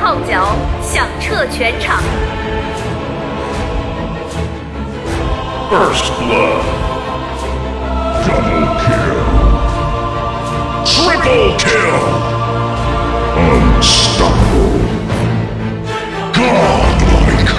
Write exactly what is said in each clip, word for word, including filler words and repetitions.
号角响彻全场。 First blood. Double kill. Triple kill. Unstoppable. Godlike.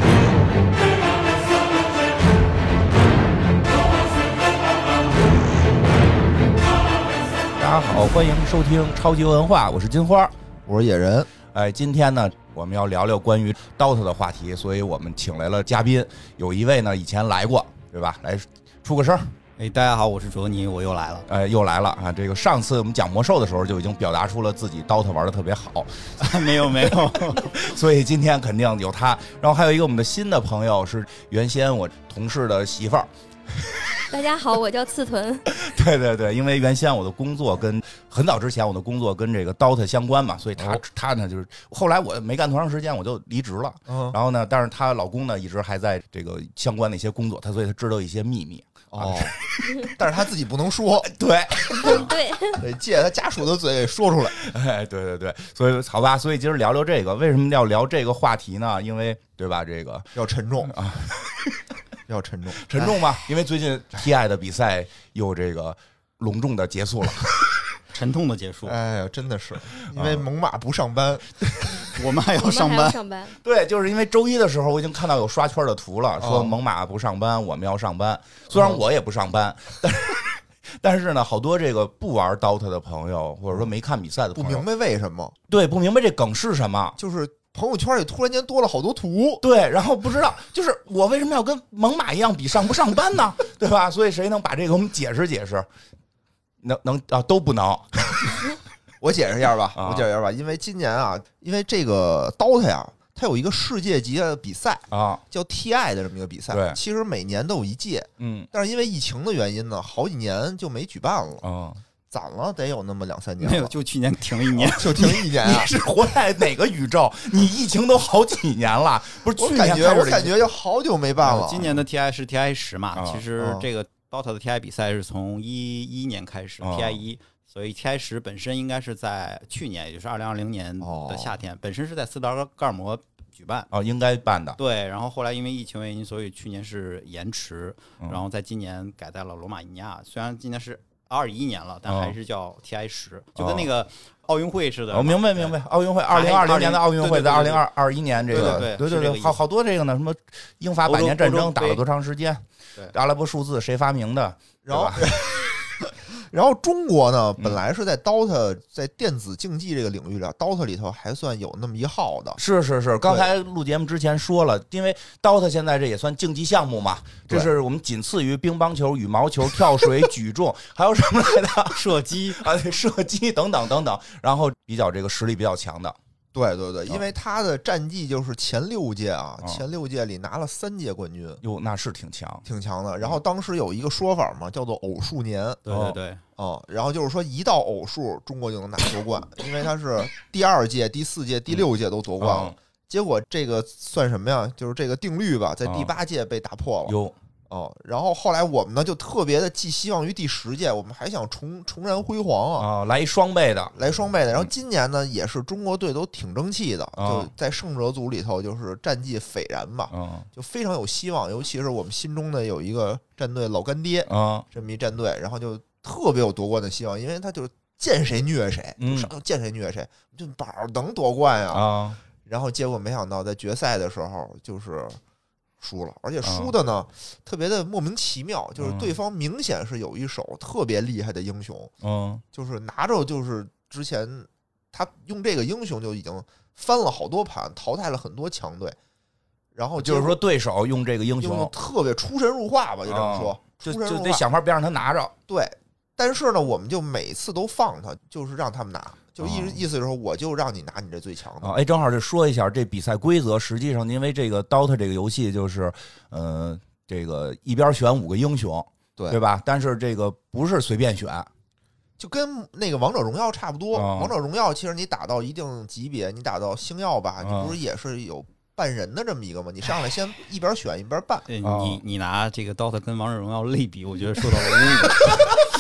大家好，欢迎收听超级文化，我是金花， 我是野人。 哎，今天呢，我们要聊聊关于 D O T A 的话题，所以我们请来了嘉宾，有一位呢以前来过，对吧？来出个声。 哎，大家好，我是卓尼，我又来了。 哎，又来了啊！这个上次我们讲魔兽的时候就已经表达出了自己 D O T A 玩的特别好， 没有没有， 所以今天肯定有他。然后还有一个我们的新的朋友是原先我同事的媳妇儿。 大家好，我叫刺豚。 对对对，因为原先我的工作跟很早之前我的工作跟这个 D O T A 相关嘛，所以她她呢就是后来我没干多长时间我就离职了， 嗯、 然后呢，但是她老公呢一直还在这个相关的一些工作，他所以他知道一些秘密。 哦，但是他自己不能说， 对对， 得借他家属的嘴给说出来。 哎，对对对，所以好吧，所以今儿聊聊这个，为什么要聊这个话题呢？因为对吧，这个要沉重啊。要沉重， 沉重吧，因为最近 T I 的比赛又这个隆重的结束了， 沉痛的结束。 哎呀，真的是，因为猛犸不上班， 我们还要上班。 上班。 对，就是因为周一的时候我已经看到有刷圈的图了，说哦猛犸不上班，我们要上班。虽然我也不上班，但是但是呢，好多这个不玩 D O T A 的朋友，或者说没看比赛的朋友， 不明白为什么， 对，不明白这梗是什么， 就是。朋友圈里突然间多了好多图， 对，然后不知道，就是我为什么要跟猛犸一样比上不上班呢？对吧？所以谁能把这个我们解释解释？能能啊，都不能。 我解释一下吧， 啊、 我解释一下吧，因为今年啊，因为这个 D O T A 呀、啊，它有一个世界级的比赛啊， 叫 T I 的这么一个比赛。 对， 其实每年都有一届， 嗯， 但是因为疫情的原因呢，好几年就没举办了。 嗯。 攒了得有那么两三年， 没有，就去年停了一年， 就停一年啊！ 你是活在哪个宇宙？你疫情都好几年了，不是？ 我感觉我感觉就好久没办了。 今年的 T I 是 T I 十嘛？ 啊、 其实这个 D O T A 的 T I 比赛是从一一年开始、啊、T I 一，所以 T I 十本身应该是在去年，也就是二零二零年的夏天，哦、本身是在斯德哥尔摩举办哦，应该办的。 对，然后后来因为疫情原因，所以去年是延迟， 嗯、 然后在今年改在了罗马尼亚。虽然今年是二一年了，但还是叫 T I 十、哦，就跟那个奥运会似的。 我、哦、明白明白，奥运会二零二零年的奥运会在二零二二一年这个， 对对对对，好好多这个呢，什么英法百年战争打了多长时间？ 对， 阿拉伯数字谁发明的？ 然后。然后中国呢，本来是在 D O T A 在电子竞技这个领域里 ，D O T A 里头还算有那么一号的。 是是是，刚才录节目之前说了，因为 D O T A 现在这也算竞技项目嘛，这是我们仅次于乒乓球、羽毛球、跳水、举重，还有什么来的？ 射击啊，对，射击等等等等，然后比较这个实力比较强的。 对对对，因为他的战绩就是前六届啊， 哦、 前六届里拿了三届冠军， 哟，那是挺强， 挺强的。然后当时有一个说法嘛，叫做偶数年， 对对对， 哦、嗯，然后就是说一到偶数，中国就能拿夺冠，因为他是第二届、第四届、第六届都夺冠了。 嗯、 结果这个算什么呀？就是这个定律吧，在第八届被打破了。 哟、嗯。 哦，然后后来我们呢就特别的寄希望于第十届，我们还想重重燃辉煌啊， 哦、来一双倍的， 来双倍的。然后今年呢，也是中国队都挺争气的， 哦、 就在胜者组里头，就是战绩斐然吧， 哦、 就非常有希望。尤其是我们心中的有一个战队老干爹， 哦、 这么一战队，然后就特别有夺冠的希望，因为他就见谁虐谁， 嗯、 上见谁虐谁，就宝能夺冠呀、 哦。 然后结果没想到在决赛的时候就是。输了，而且输的呢、嗯、特别的莫名其妙，就是对方明显是有一手特别厉害的英雄， 嗯， 就是拿着就是之前他用这个英雄就已经翻了好多盘，淘汰了很多强队，然后就是说对手用这个英雄特别出神入化吧，就这么说， 就就得想法别让他拿着。 对，但是呢，我们就每次都放他，就是让他们拿。就意意思就是说，我就让你拿你这最强的。 哎，正好就说一下这比赛规则。实际上，因为这个 D O T A 这个游戏就是，呃，这个一边选五个英雄， 对对吧？但是这个不是随便选， 就跟那个王者荣耀差不多。 嗯、 王者荣耀其实你打到一定级别，你打到星耀吧， 嗯、 你不是也是有办人的这么一个吗？你上来先一边选一边办。 对你你拿这个 D O T A 跟王者荣耀类比，我觉得受到了侮辱。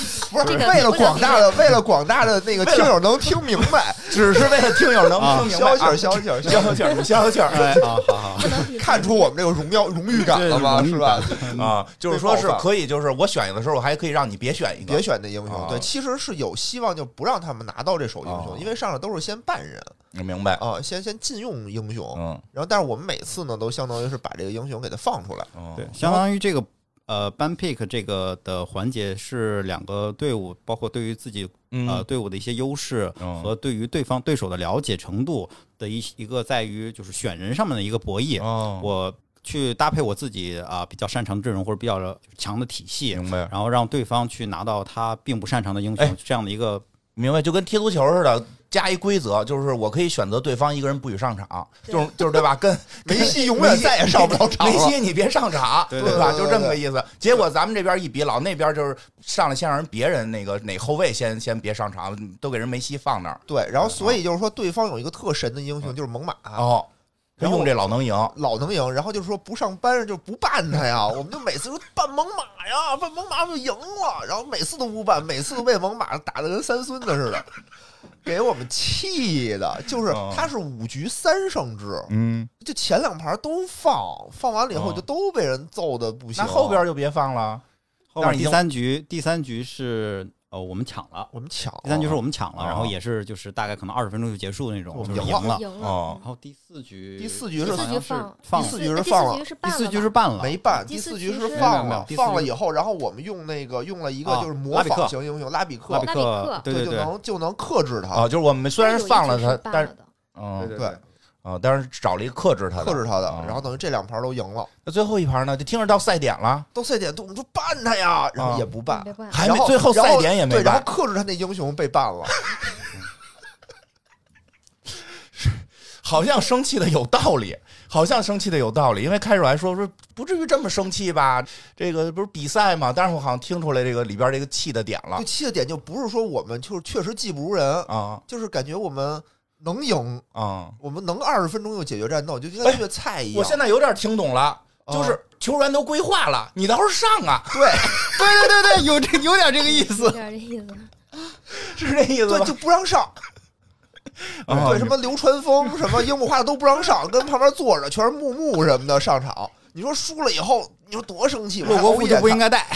不是这个为了不能广大的为了广大的那个听友能听明白， 只是为了听友能听明白， 消气儿消气儿消消气儿，消消气儿。 哎，好好好， 不能比看出我们这个荣耀荣誉感了吧？ 对是吧？ 啊，就是说是可以，就是我选的时候，我还可以让你别选一个， 别选那英雄， 啊对，其实是有希望就不让他们拿到这手英雄， 啊因为上来都是先办人明白？ 啊，先先禁用英雄， 嗯， 然后但是我们每次呢都相当于是把这个英雄给它放出来， 嗯对，相当于这个呃 ban pick 这个的环节是两个队伍，包括对于自己呃队伍的一些优势嗯和对于对方对手的了解程度的一一个在于就是选人上面的一个博弈。 哦， 我去搭配我自己啊、呃、比较擅长的阵容或者比较强的体系， 明白然后让对方去拿到他并不擅长的英雄， 哎这样的一个明白，就跟踢足球似的，加一规则，就是我可以选择对方一个人不许上场，就是就是对吧？跟梅西永远再也上不了场了梅西你别上场， 对吧？ 对对就这么个意思。结果咱们这边一比，老那边就是上来先让人别人那个哪后卫先先别上场，都给人梅西放那儿。 对，然后所以就是说对方有一个特神的英雄就是猛犸， 哦，他然后用这老能赢， 老能赢，然后就是说不上班就不办他呀，我们就每次说办猛犸呀，办猛犸就赢了，然后每次都不办，每次都被猛犸打得跟三孙子似的，给我们气的。就是他是五局三胜制， 嗯， 就前两盘都放，放完了以后哦就都被人揍的不行。 那后边就别放了。 后面第三局第三局是呃我们抢了， 我们抢了， 第三局是我们抢了， 哦然后也是就是大概可能二十分钟就结束那种， 我们就是赢了了。 赢哦然后第四局第四局是第四好像是局放放第四局是第放了四局是办了第四局是吧办了， 没办， 第第四局四局是放了， 没有没有第四局放了以后，然后我们用那个用了一个啊就是模拉比克仿型英雄拉比克拉比， 拉比克克， 对对对， 就能就能克制他， 哦，就是我们虽然放了他有一局是，办但是了的嗯， 对对， 啊，但是找了一个克制他的， 克制他的啊， 然后等于这两盘都赢了， 那最后一盘呢？就听着到赛点了， 都赛点，都我们说办他呀，然后也不办别，办还然后没最后然赛点也没对，然后办， 克制他那英雄被办了， 好像生气的有道理，好像生气的有道理，因为开始还说说不至于这么生气吧，这个不是比赛嘛，但是我好像听出来这个里边这个气的点了就气的点就不是说我们就是确实技不如人， 啊就是感觉我们能赢， 啊！ 我们能二十分钟就解决战斗，就跟越菜一样。 我现在有点听懂了。 啊就是球员都规划了，你到时候上啊， 对对对对对，有这有点这个意有思。 点这意思。 是这意思对， 吧？ 就不让上。 啊对，什么流川枫、什么樱木花道都不让上，跟旁边坐着全是木木什么的上场。你说输了以后，你说多生气？ 洛国富就不应该带。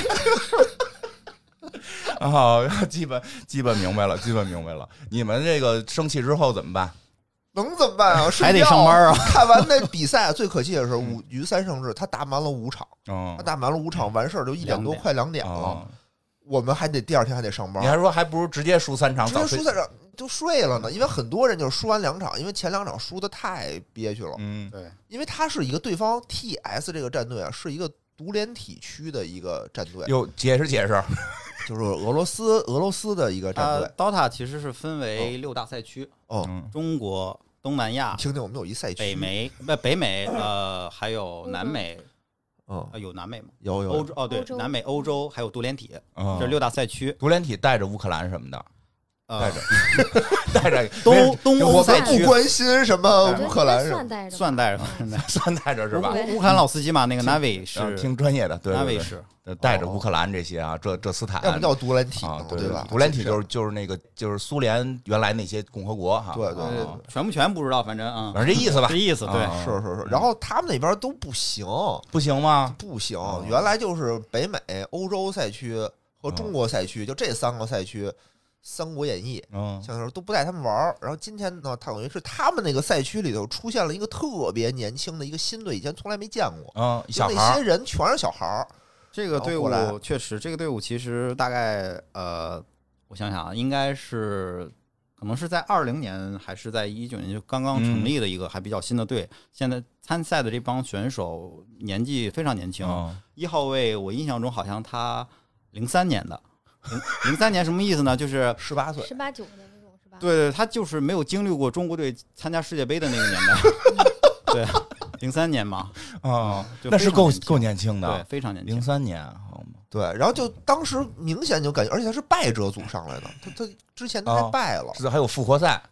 啊，基本基本明白了，基本明白了。你们这个生气之后怎么办？ 能怎么办啊？ 还得上班啊！ 看完那比赛，最可气的是五局三胜制，他打满了五场， 嗯他打满了五场，完事儿就一点多，快两点了。 啊， 我们还得第二天还得上班你。还说还不如直接输三场， 直早睡接输在这儿就睡了呢，因为很多人就是输完两场，因为前两场输的太憋屈了。 嗯对， 因为他是一个对方 T S 这个战队啊，是一个独联体区的一个战队， 有解释解释。 就是俄罗斯俄罗斯的一个战呃队。 ，Dota 其实是分为六大赛区， 哦， 嗯中国、东南亚、 听听我们有一赛区， 北美、不北美，呃，还有南美， 嗯， 呃，有南美吗？ 有有欧洲哦，对欧，洲南美、欧洲还有多联体， 嗯这六大赛区。 独联体带着乌克兰什么的，带呃， 着带着东东我们欧赛区不关心什么我觉得乌克兰什么算，带着吧， 算带着吧，现在算带着是吧？ 对乌克兰老司机嘛，那个 Navi 是啊挺专业的，对对 Navi 对是对，带着乌克兰这些啊，这这斯坦要不叫独联体啊呢，， 对吧？ 独联体就是就是那个就是苏联原来那些共和国哈， 对对对啊全不全不知道，反正啊， 反正这意思吧这，意思对。 啊是是是，然后他们那边都不行， 不行吗？ 不行哦， 原来就是北美、欧洲赛区和中国赛区，就这三个赛区，《三国演义》 嗯像是都不带他们玩儿。然后今天呢，他等于是他们那个赛区里头出现了一个特别年轻的一个新队，以前从来没见过， 嗯， 就那小孩儿些人全是小孩儿。 这个队然后后来伍确实，这个队伍其实大概呃，我想想啊，应该是可能是在二零年还是在一九年就刚刚成立的一个还比较新的队。现在参赛的这帮选手年纪非常年轻， 嗯一号位我印象中好像他零三年的，零零三年什么意思呢？就是十八岁， 十八九的那种是吧？ 对对，他就是没有经历过中国队参加世界杯的那个年代，对，零三年嘛， 啊， 就那是够非常年轻够年轻对， 的， 非常年轻零。三年好吗？ 对，然后就当时明显就感觉，而且他是败者组上来的，他他之前他还哦败了， 是还有复活赛，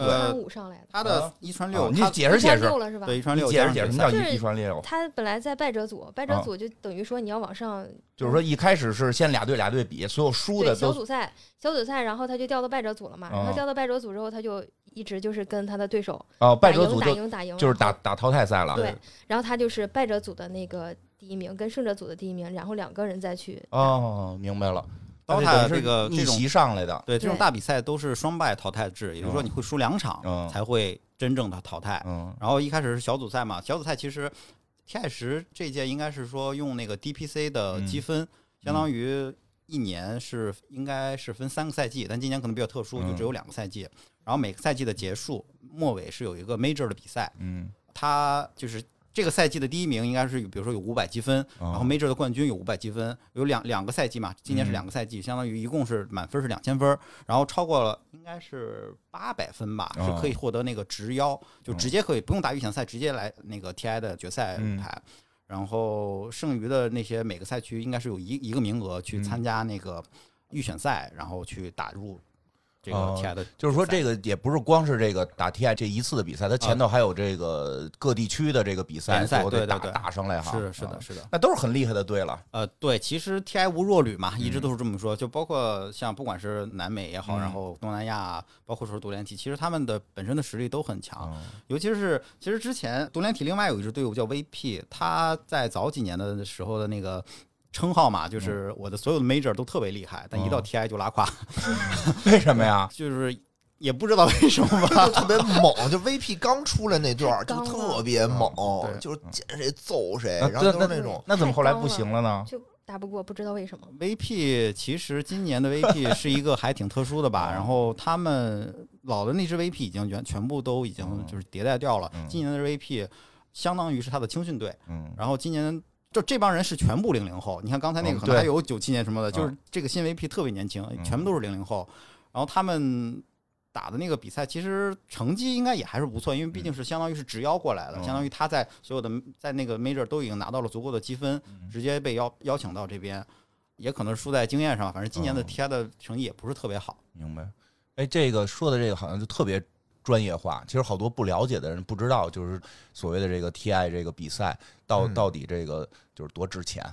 一传五上来的。 他的一传六， 啊你他解释解释一传六，了是吧？ 对一传六， 你解释解释什么叫就是一一传六？ 他本来在败者组，败者啊组就等于说你要往上， 就是说一开始是先俩队俩队比，所有输对的都小组赛，小组赛，然后他就调到败者组了嘛。然啊后调到败者组之后，他就一直就是跟他的对手哦，败打赢打者组就赢打赢， 就是打然后打淘汰赛了。 对，然后他就是败者组的那个第一名，跟胜者组的第一名，然后两个人再去打。 哦，明白了。 刀它塔这个逆这种袭上来的， 对这种对大比赛都是双败淘汰制，也就是说你会输两场嗯才会真正的淘汰。 嗯然后一开始是小组赛嘛，小组赛其实 T I 十这届应该是说用那个 D P C 的积分， 嗯相当于一年是应该是分三个赛季，但今年可能比较特殊， 嗯就只有两个赛季。然后每个赛季的结束末尾是有一个 Major 的比赛， 嗯它就是这个赛季的第一名应该是比如说有五百积分， 哦然后 Major 的冠军有五百积分，有两两个赛季嘛，今年是两个赛季，相当于一共是满分是两千分，然后超过了应该是八百分吧， 哦是可以获得那个直邀，就直接可以不用打预选赛，直接来那个 T I 的决赛舞台。然后剩余的那些每个赛区应该是有一一个名额去参加那个预选赛，然后去打入这个 T I 的、 哦，就是说这个也不是光是这个打 T I 这一次的比赛，它前头还有这个各地区的这个比赛， 联赛最后得打对对对打上来哈。 是是的啊是的， 那都是很厉害的队了。 呃，对，其实 T I 无弱旅嘛，一直嗯都是这么说，就包括像不管是南美也好， 嗯然后东南亚，包括说是独联体，其实他们的本身的实力都很强。 嗯尤其是其实之前独联体另外有一支队伍叫 V P， 他在早几年的时候的那个称号嘛，就是我的所有的 Major 都特别厉害，但一到 T I 就拉胯， 为什么呀？ 就是也不知道为什么吧就。特别猛，就 V P 刚出来那段儿就刚特别猛对， 就是见谁揍谁， 那然后都那是那种那怎么后来不行了呢？ 就打不过，不知道为什么。 V P 其实今年的 V P 是一个还挺特殊的吧，然后他们老的那支 V P 已经全全部都已经就是迭代掉了， 嗯今年的 V P 相当于是他的青训队， 嗯然后今年就这帮人是全部零零后，你看刚才那个嗯可能还对有九七年什么的， 嗯就是这个新 V P 特别年轻， 嗯全部都是零零后，然后他们打的那个比赛其实成绩应该也还是不错，因为毕竟是相当于是直邀过来的， 嗯相当于他在所有的在那个 Major 都已经拿到了足够的积分， 嗯直接被邀邀请到这边，也可能输在经验上，反正今年的嗯 T I 的成绩也不是特别好。 明白。哎，这个说的这个好像就特别专业化，其实好多不了解的人不知道，就是所谓的这个 T I 这个比赛到嗯到底这个就是多值钱。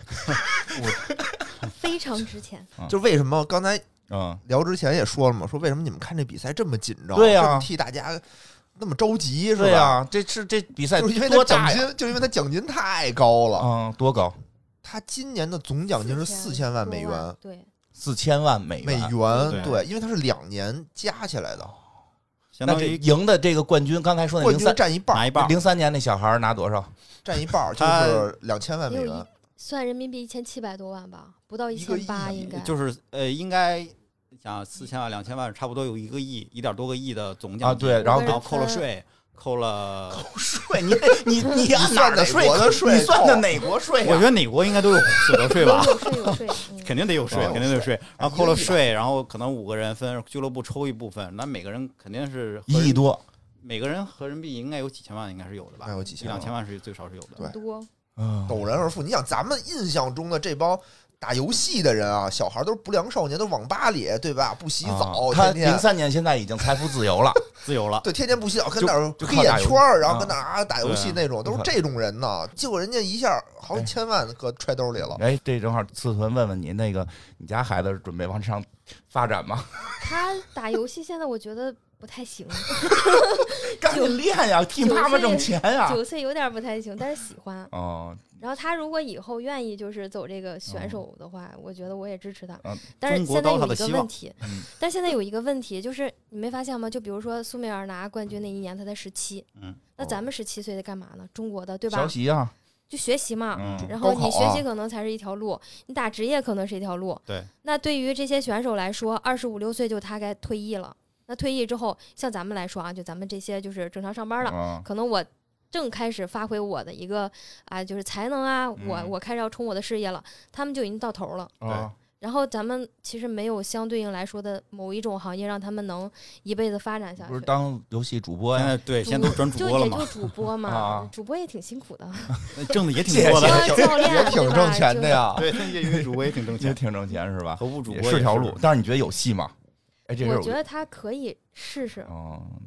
非常值钱。 就为什么刚才嗯， 聊之前也说了嘛，说为什么你们看这比赛这么紧张， 对呀这么替大家那么着急，是吧？ 对呀，这是这比赛就是因为多大呀？ 他奖金，就是因为他奖金太高了。 嗯，多高？ 他今年的总奖金是四千万美元， 对， 四千万美美元。 元对对，因为他是两年加起来的， 那这相当于赢的这个冠军，刚才说那冠军零三占一半儿， 拿一半儿， 零三年那小孩拿多少？ 占一半儿，就他是两千万美元也有一。算人民币一千七百多万吧，不到一一个千八亿应该。 就是呃，应该想四千万、两千万，差不多有一个亿、一点多个亿的总奖金啊对然后然后扣了税，扣了。 税？你你你按哪算哪儿的税？ 国的税你算的哪国税啊？ 我觉得哪国应该都有所得税吧， 有税有税，嗯肯定得有税， 哦肯定得有税。然后扣了税，然后可能五个人分俱乐部抽一部分，那每个人肯定是一亿，多。 每个人合人民币应该有几千万，应该是有的吧？ 应该有几千万一两千万是最少是有的。 对很多。 嗯， 陡然而富。你想，咱们印象中的这帮打游戏的人啊，小孩都是不良少年，都是网吧里，对吧？不洗澡， 啊他天天零三年现在已经财富自由了。 自由了。 对，天天不洗澡，跟就那儿黑就靠打游戏眼圈儿，然后啊跟那儿啊打游戏那种，都是这种人呢。结果人家一下好几千万搁揣兜里了。 哎，这正好刺豚问问你，那个你家孩子准备往上发展吗？ 他打游戏现在我觉得不太行， 赶紧练呀，替妈妈挣钱呀。 九岁有点不太行，但是喜欢。 哦， 然后他如果以后愿意就是走这个选手的话，我觉得我也支持他。 嗯但是中国现在有一个刀塔的希望问题， 嗯但是现在有一个问题，就是你没发现吗？就比如说苏美尔拿冠军那一年，他才十七， 嗯， 那咱们十七岁得干嘛呢？中国的对吧学？习啊， 就学习嘛。 嗯， 然后高考啊你学习可能才是一条路，你打职业可能是一条路。 对。 那对于这些选手来说，二十五六岁就他该退役了。那退役之后，像咱们来说啊，就咱们这些就是正常上班的， 嗯可能我正开始发挥我的一个啊，就是才能啊，我嗯我开始要冲我的事业了，他们就已经到头了。 啊， 然后咱们其实没有相对应来说的某一种行业让他们能一辈子发展下去。 不是当游戏主播呀？ 现在对，现在都转主就播了嘛也就，主播嘛， 啊主播也挺辛苦的， 挣的也挺谢谢多的。 当教练也挺挣钱的。呀。 对，业余主播也挺挣钱， 也挺挣钱是吧？ 头部主播也是条路，但是你觉得有戏吗？哎，这事儿对吧我觉得他可以试试。 哦，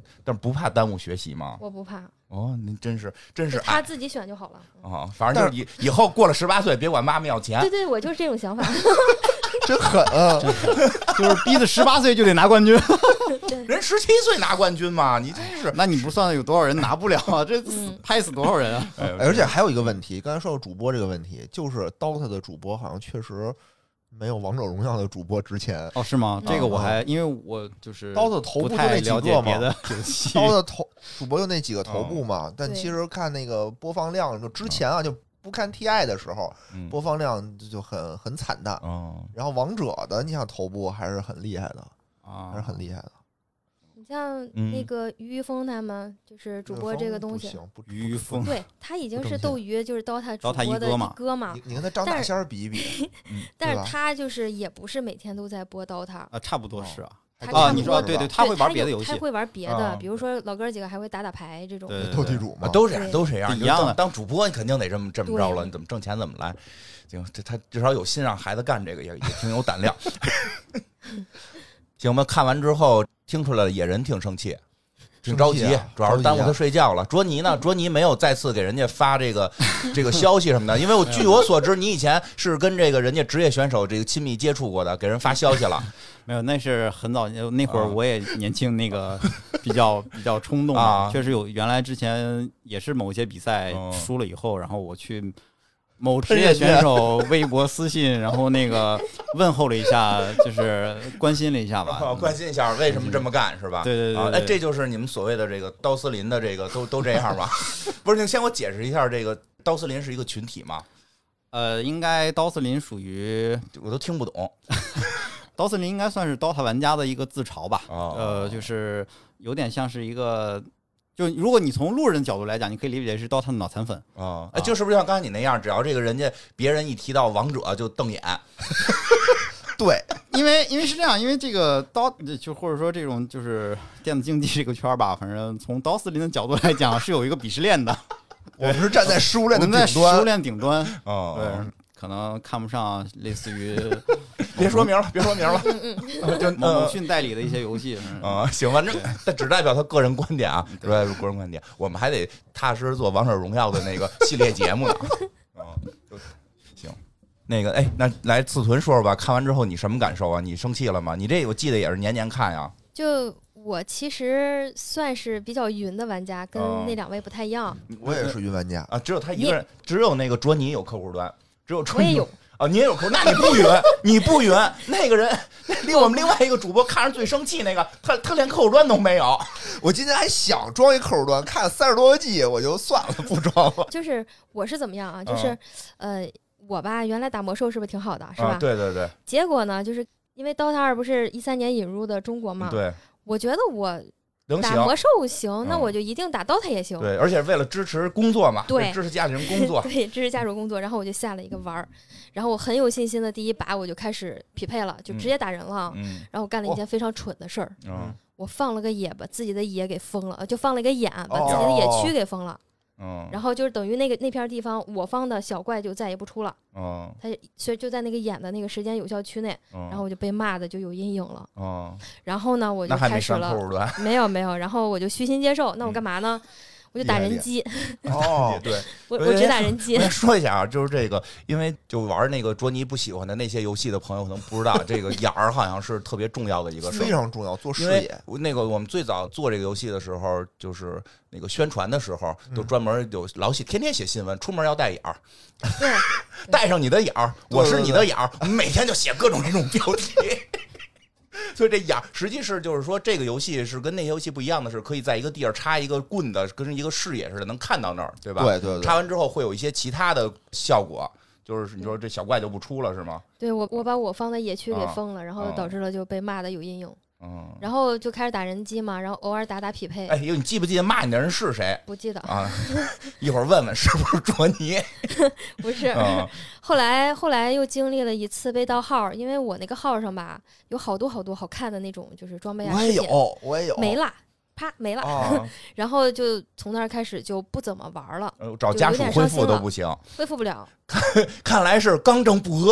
但是不怕耽误学习吗？ 我不怕。 哦，您真是真是爱他自己选就好了。 啊！反正就是以以后过了十八岁，别管妈妈要钱。 对对，我就是这种想法。 真狠啊！ 就是逼着十八岁就得拿冠军。 人十七岁拿冠军嘛，你真是。 那你不算有多少人拿不了啊？这嗯拍死多少人啊？ 哎呦而且还有一个问题，刚才说到主播这个问题，就是 D O T A 的主播好像确实没有王者荣耀的主播值钱。 哦，是吗？这个我还嗯因为我就是 D O T A 头部不太就那几了解别个嘛的游戏。 D O T A 头主播就那几个头部嘛，但对其实看那个播放量，就之前啊就不看 T I 的时候， 嗯播放量就很很惨淡。 哦， 然后王者的，你想头部还是很厉害的， 啊， 还是很厉害的。 你像嗯那个于于峰他们，就是主播这个东西， 不行，不于于峰对他已经是不挣斗鱼，就是 D O T A 主 DOTA 播的一哥嘛哥嘛你。你跟他张大仙儿比一比， 但是对吧他就是也不是每天都在播 D O T A。 啊，差不多是啊。啊， 他差不多你说对对，他会玩别的游戏他，会玩别啊的，比如说老哥几个还会打打牌这种。 对对斗地主嘛， 啊都这样， 对都这样。 一样的你当当主播，你肯定得这么这么着了。 对你怎么挣钱怎么来？行，这他至少有心让孩子干这个，也也挺有胆量。行吧，看完之后听出来了，野人挺生气。挺着急生气啊， 主要是耽误他着急啊睡觉了。卓尼呢？卓尼没有再次给人家发这个这个消息什么的，因为我据我所知，你以前是跟这个人家职业选手这个亲密接触过的，给人发消息了。 没有，那是很早那会儿啊我也年轻，那个比较比较冲动啊嘛，确实有。原来之前也是某些比赛哦输了以后，然后我去某职业选手微博私信，然后那个问候了一下，就是关心了一下吧。 哦关心一下为什么这么干是吧？ 对对对啊， 对哎，这就是你们所谓的这个刀司林的这个都都这样吧？不是，你先给我解释一下，这个刀司林是一个群体吗？ 呃，应该刀司林属于我都听不懂。 刀司林应该算是 D O T A 玩家的一个自嘲吧。 哦呃，就是有点像是一个。就如果你从路人的角度来讲，你可以理解是 D O T A 的脑残粉啊，哎，就是不是像刚才你那样，只要这个人家别人一提到王者就瞪眼？ 对， 因为因为是这样，因为这个刀就或者说这种就是电子竞技这个圈儿吧，反正从刀司林的角度来讲是有一个鄙视链的， 我们是站在食物链的我们在食物顶端。 链顶端， 哦， 对，可能看不上类似于别说名了，别说名了，就某呃某讯代理的一些游戏。嗯啊，行，反正但只代表他个人观点啊，只代表个人观点。我们还得踏踏实实做王者荣耀的那个系列节目呢。啊，就行。那个，哎，那来刺豚说说吧，看完之后你什么感受啊？你生气了吗？你这我记得也是年年看呀。 就我其实算是比较云的玩家，跟哦那两位不太一样。 我也是云玩家， 啊，只有他一个人，只有那个卓尼有客户端，只有卓尼我也有。 啊，你也有客户，那你不云，你不云，那个人离我们另外一个主播看着最生气那个，他他连客户端都没有。 我今天还想装一客户端，看三十多个 G，我就算了，不装了。 就是我是怎么样啊？就是、呃，我吧原来打魔兽是不是挺好的，是吧？ 啊，对对对结果呢，就是因为 D O T A 二不是一三年引入的中国嘛， 对， 我觉得我能行打。魔兽行，那嗯我就一定打 D O T A 也行。 对，而且为了支持工作嘛， 对支持家里人工作， 对，支持家属工作，然后我就下了一个玩儿，然后我很有信心的第一把我就开始匹配了，就直接打人了。 嗯然后我干了一件非常蠢的事儿， 嗯我放了个野，把自己的野给封了，呃就放了一个眼，把自己的野区给封了。 嗯， 然后就是等于那个那片地方我方的小怪就再也不出了， 嗯它所以就在那个眼的那个时间有效区内， 嗯， 然后我就被骂的就有阴影了。 哦， 然后呢，我就那还没开始了， 上客户端， 没有没有，然后我就虚心接受。那我干嘛呢？我就打人机， 哦， 对。 我我只打人机我。先说一下啊，就是这个，因为就玩那个卓尼不喜欢的那些游戏的朋友可能不知道，这个眼儿好像是特别重要的一个事儿， 非常重要，做视因为野。 那个我们最早做这个游戏的时候，就是那个宣传的时候， 嗯就专门有老写，天天写新闻，出门要带眼儿， 对， 带上你的眼儿， 对我是你的眼儿，我们每天就写各种这种标题。所以这眼儿实际是就是说，这个游戏是跟那些游戏不一样的是，可以在一个地儿插一个棍的，跟一个视野似的，能看到那儿，对吧？ 对对对插完之后会有一些其他的效果，就是你说这小怪就不出了是吗？ 对我我把我方的野区给啊封了，然后啊导致了就被骂的有阴影， 嗯， 然后就开始打人机嘛，然后偶尔打打匹配， 哎，你记不记得骂你的人是谁不记得啊？一会儿问问是不是卓尼？ 不是。 啊后来后来又经历了一次被盗号，因为我那个号上吧有好多好多好看的那种就是装备啊， 我也饰品有，我也有， 没了，啪没了， 啊， 然后就从那儿开始就不怎么玩了， 呃找家属恢复都不行， 恢复不了。 看来是刚正不阿。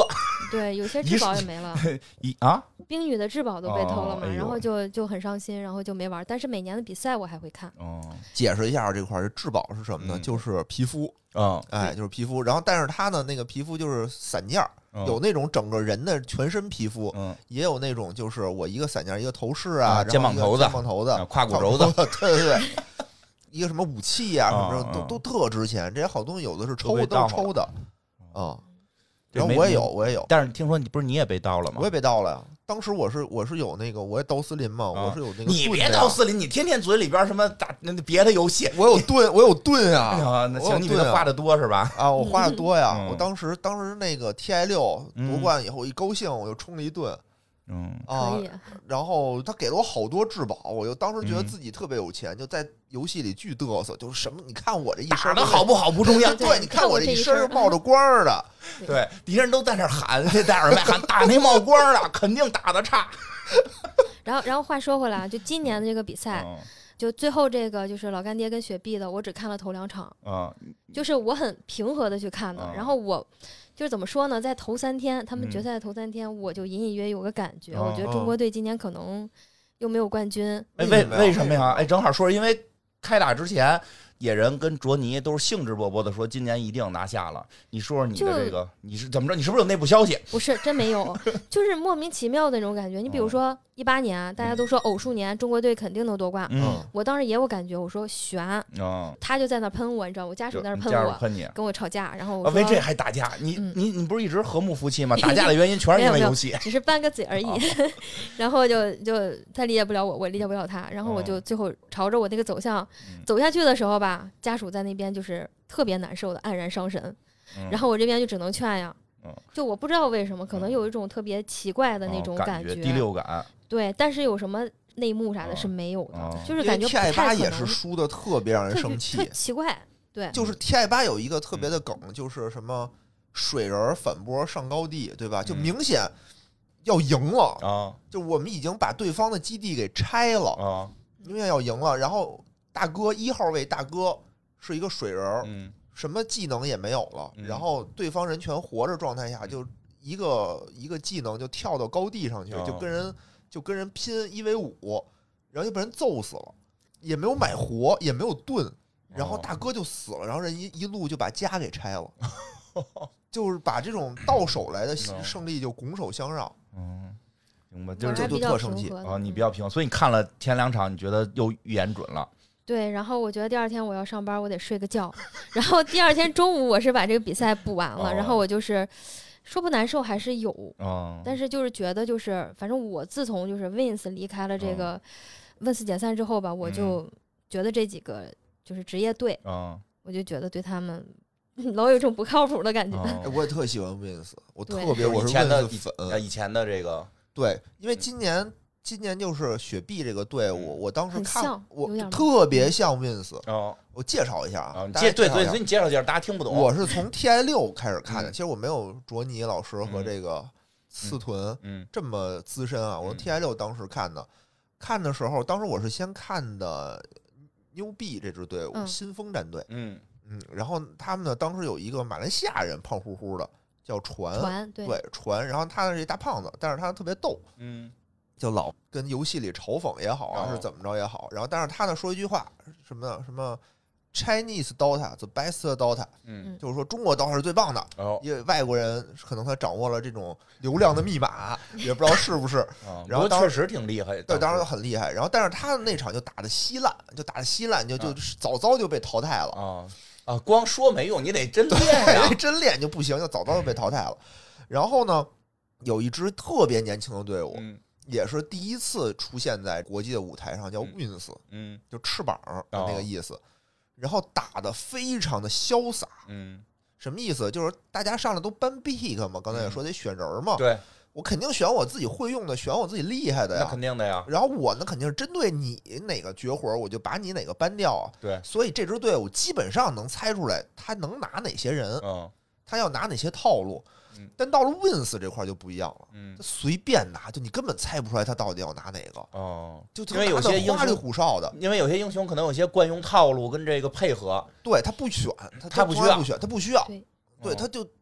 对，有些质保也没了， 一啊， 冰女的质保都被偷了嘛， 哦哎呦然后就就很伤心，然后就没玩。但是每年的比赛我还会看。 哦， 解释一下这块儿，质保是什么呢？ 嗯就是皮肤， 嗯， 哎，就是皮肤。然后，但是它呢，那个皮肤就是散件儿， 嗯有那种整个人的全身皮肤， 嗯， 也有那种就是我一个散件儿，一个头饰啊， 啊然后一个肩膀头子肩膀头子啊，胯骨轴子， 对对对，一个什么武器呀、什么啊啊的都都特值钱。这些好东西有的是抽的， 都被盗了都是抽的啊。 这没然后我也有，我也有， 但是听说你不是你也被盗了吗？ 我也被盗了呀。当时我是我是有那个，我也刀司林嘛， 啊我是有那个你别盾的呀到四里，你天天嘴里边什么打那别的游戏， 我有盾，我有盾哎呀。 呀，那我有行，你比盾啊他花的多是吧？ 啊，我花的多呀！ 嗯我当时当时那个 T I 六夺冠以后，一高兴我就充了一盾嗯， 啊可，以， 然后他给了我好多质保，我就当时觉得嗯自己特别有钱，就在游戏里巨嘚瑟，就是什么，你看我这一打身的好不好不重要， 对，你看我这一身看我这一身冒着光儿的， 对，敌人都在那儿喊，戴耳麦喊打那冒光了，肯定打的差。 然后然后话说回来啊，就今年的这个比赛， 嗯就最后这个就是老干爹跟雪碧的，我只看了头两场， 嗯就是我很平和的去看的。 嗯然后我就是怎么说呢，在头三天，他们嗯决赛的头三天，我就隐隐约约有个感觉， 哦我觉得中国队今年可能又没有冠军。 哎，为为什么呀为什么呀？哎，正好说，因为开打之前，野人跟卓尼都是兴致勃勃的说今年一定拿下了。你说说你的就这个，你是怎么着？你是不是有内部消息？ 不是真没有，就是莫名其妙的那种感觉。你比如说一八年啊，大家都说偶数年中国队肯定能夺冠， 嗯我当时也有感觉，我说悬， 嗯， 他就在那喷我，你知道，我家属就在那喷我， 加入喷你。 跟我吵架，然后我啊， 说为这还打架？你嗯你你不是一直和睦夫妻吗？打架的原因全是没有没有因为游戏。 只是拌个嘴而已， 哦然后就就他理解不了我，我理解不了他，然后我就最后朝着我那个走向、 嗯走下去的时候吧，家属在那边就是特别难受的，黯然伤神， 嗯然后我这边就只能劝呀。 嗯就我不知道为什么，可能有一种特别奇怪的那种哦感觉， 第六感。 对，但是有什么内幕啥的哦是没有的， 哦就是感觉 T 不 I 八太可能也是输的特别让人生特气， 奇怪，对， 就是 T I 八有一个特别的梗，就是什么水人儿反驳上高地，对吧？就嗯明显要赢了， 啊就我们已经把对方的基地给拆了， 啊明显要赢了。然后大哥一号位大哥是一个水人儿， 嗯什么技能也没有了， 嗯然后对方人全活着状态下，就一个一个技能就跳到高地上去， 哦就跟人就跟人拼一 v 五，然后就被人揍死了，也没有买活，也没有盾，然后哦大哥就死了，然后人一一路就把家给拆了，就是把这种到手来的哦胜利就拱手相让。 嗯，明白，就是我还比较就特生气平和的啊，你嗯比较平，所以你看了前两场，你觉得又预言准了。 对，然后我觉得第二天我要上班，我得睡个觉。然后第二天中午我是把这个比赛补完了， 哦然后我就是说不难受还是有， 嗯， 但是就是觉得就是反正我自从就是 Wins 离开了这个 Wins 解散之后吧，我就觉得这几个就是职业队， 嗯我就觉得对他们老有一种不靠谱的感觉。 哎， 嗯， 我也特喜欢 Wins，我对特别我是以前的 Wins 粉， 呃以前的这个对，因为今年今年就是雪碧这个队伍，我当时看很像我有点吗特别像 Wins， 哦我介绍一下啊， 啊， 你大介对对， 家介绍一下所以你介绍介绍，大家听不懂。 我是从 T I 六开始看的， 嗯其实我没有卓尼老师和这个刺豚嗯这么资深啊，我从嗯 T I 六当时看的，看的时候，当时我是先看的牛逼这支队伍， 嗯新丰战队， 嗯嗯，然后他们呢，当时有一个马来西亚人，胖乎乎的，叫船， 团对对船，然后他是一大胖子，但是他特别逗， 嗯就老跟游戏里嘲讽也好啊， 哦是怎么着也好，然后但是他呢说一句话，什么呢？什么 Chinese Dota the best Dota， 嗯就是说中国 Dota 是最棒的， 哦因为外国人可能他掌握了这种流量的密码，也不知道是不是。 啊， 然后当时不过确实挺厉害。 对，当时时很厉害。然后，但是他的那场就打的稀烂，就打的稀烂，就就早早就被淘汰了。 啊啊，光说没用，你得真练呀对，。真练就不行，就早早就被淘汰了。然后呢，有一支特别年轻的队伍， 嗯也是第一次出现在国际的舞台上，叫 Wins， 嗯就翅膀的哦那个意思。然后打的非常的潇洒， 嗯， 什么意思？就是大家上来都搬 pick 嘛，刚才也说得选人嘛， 对， 我肯定选我自己会用的，选我自己厉害的那呀。 肯定的呀。 然后我呢，肯定是针对你哪个绝活，我就把你哪个搬掉啊。 对， 所以这支队伍基本上能猜出来他能拿哪些人， 嗯他要拿哪些套路嗯。 但到了 Wins 这块就不一样了， 嗯他随便拿，就你根本猜不出来他到底要拿哪个， 哦， 就因为有些英花里雄， 胡哨的。 因为有些英雄可能有些惯用套路跟这个配合， 对他不选，他他不需要从来不选，他不需要。 对对， 哦他就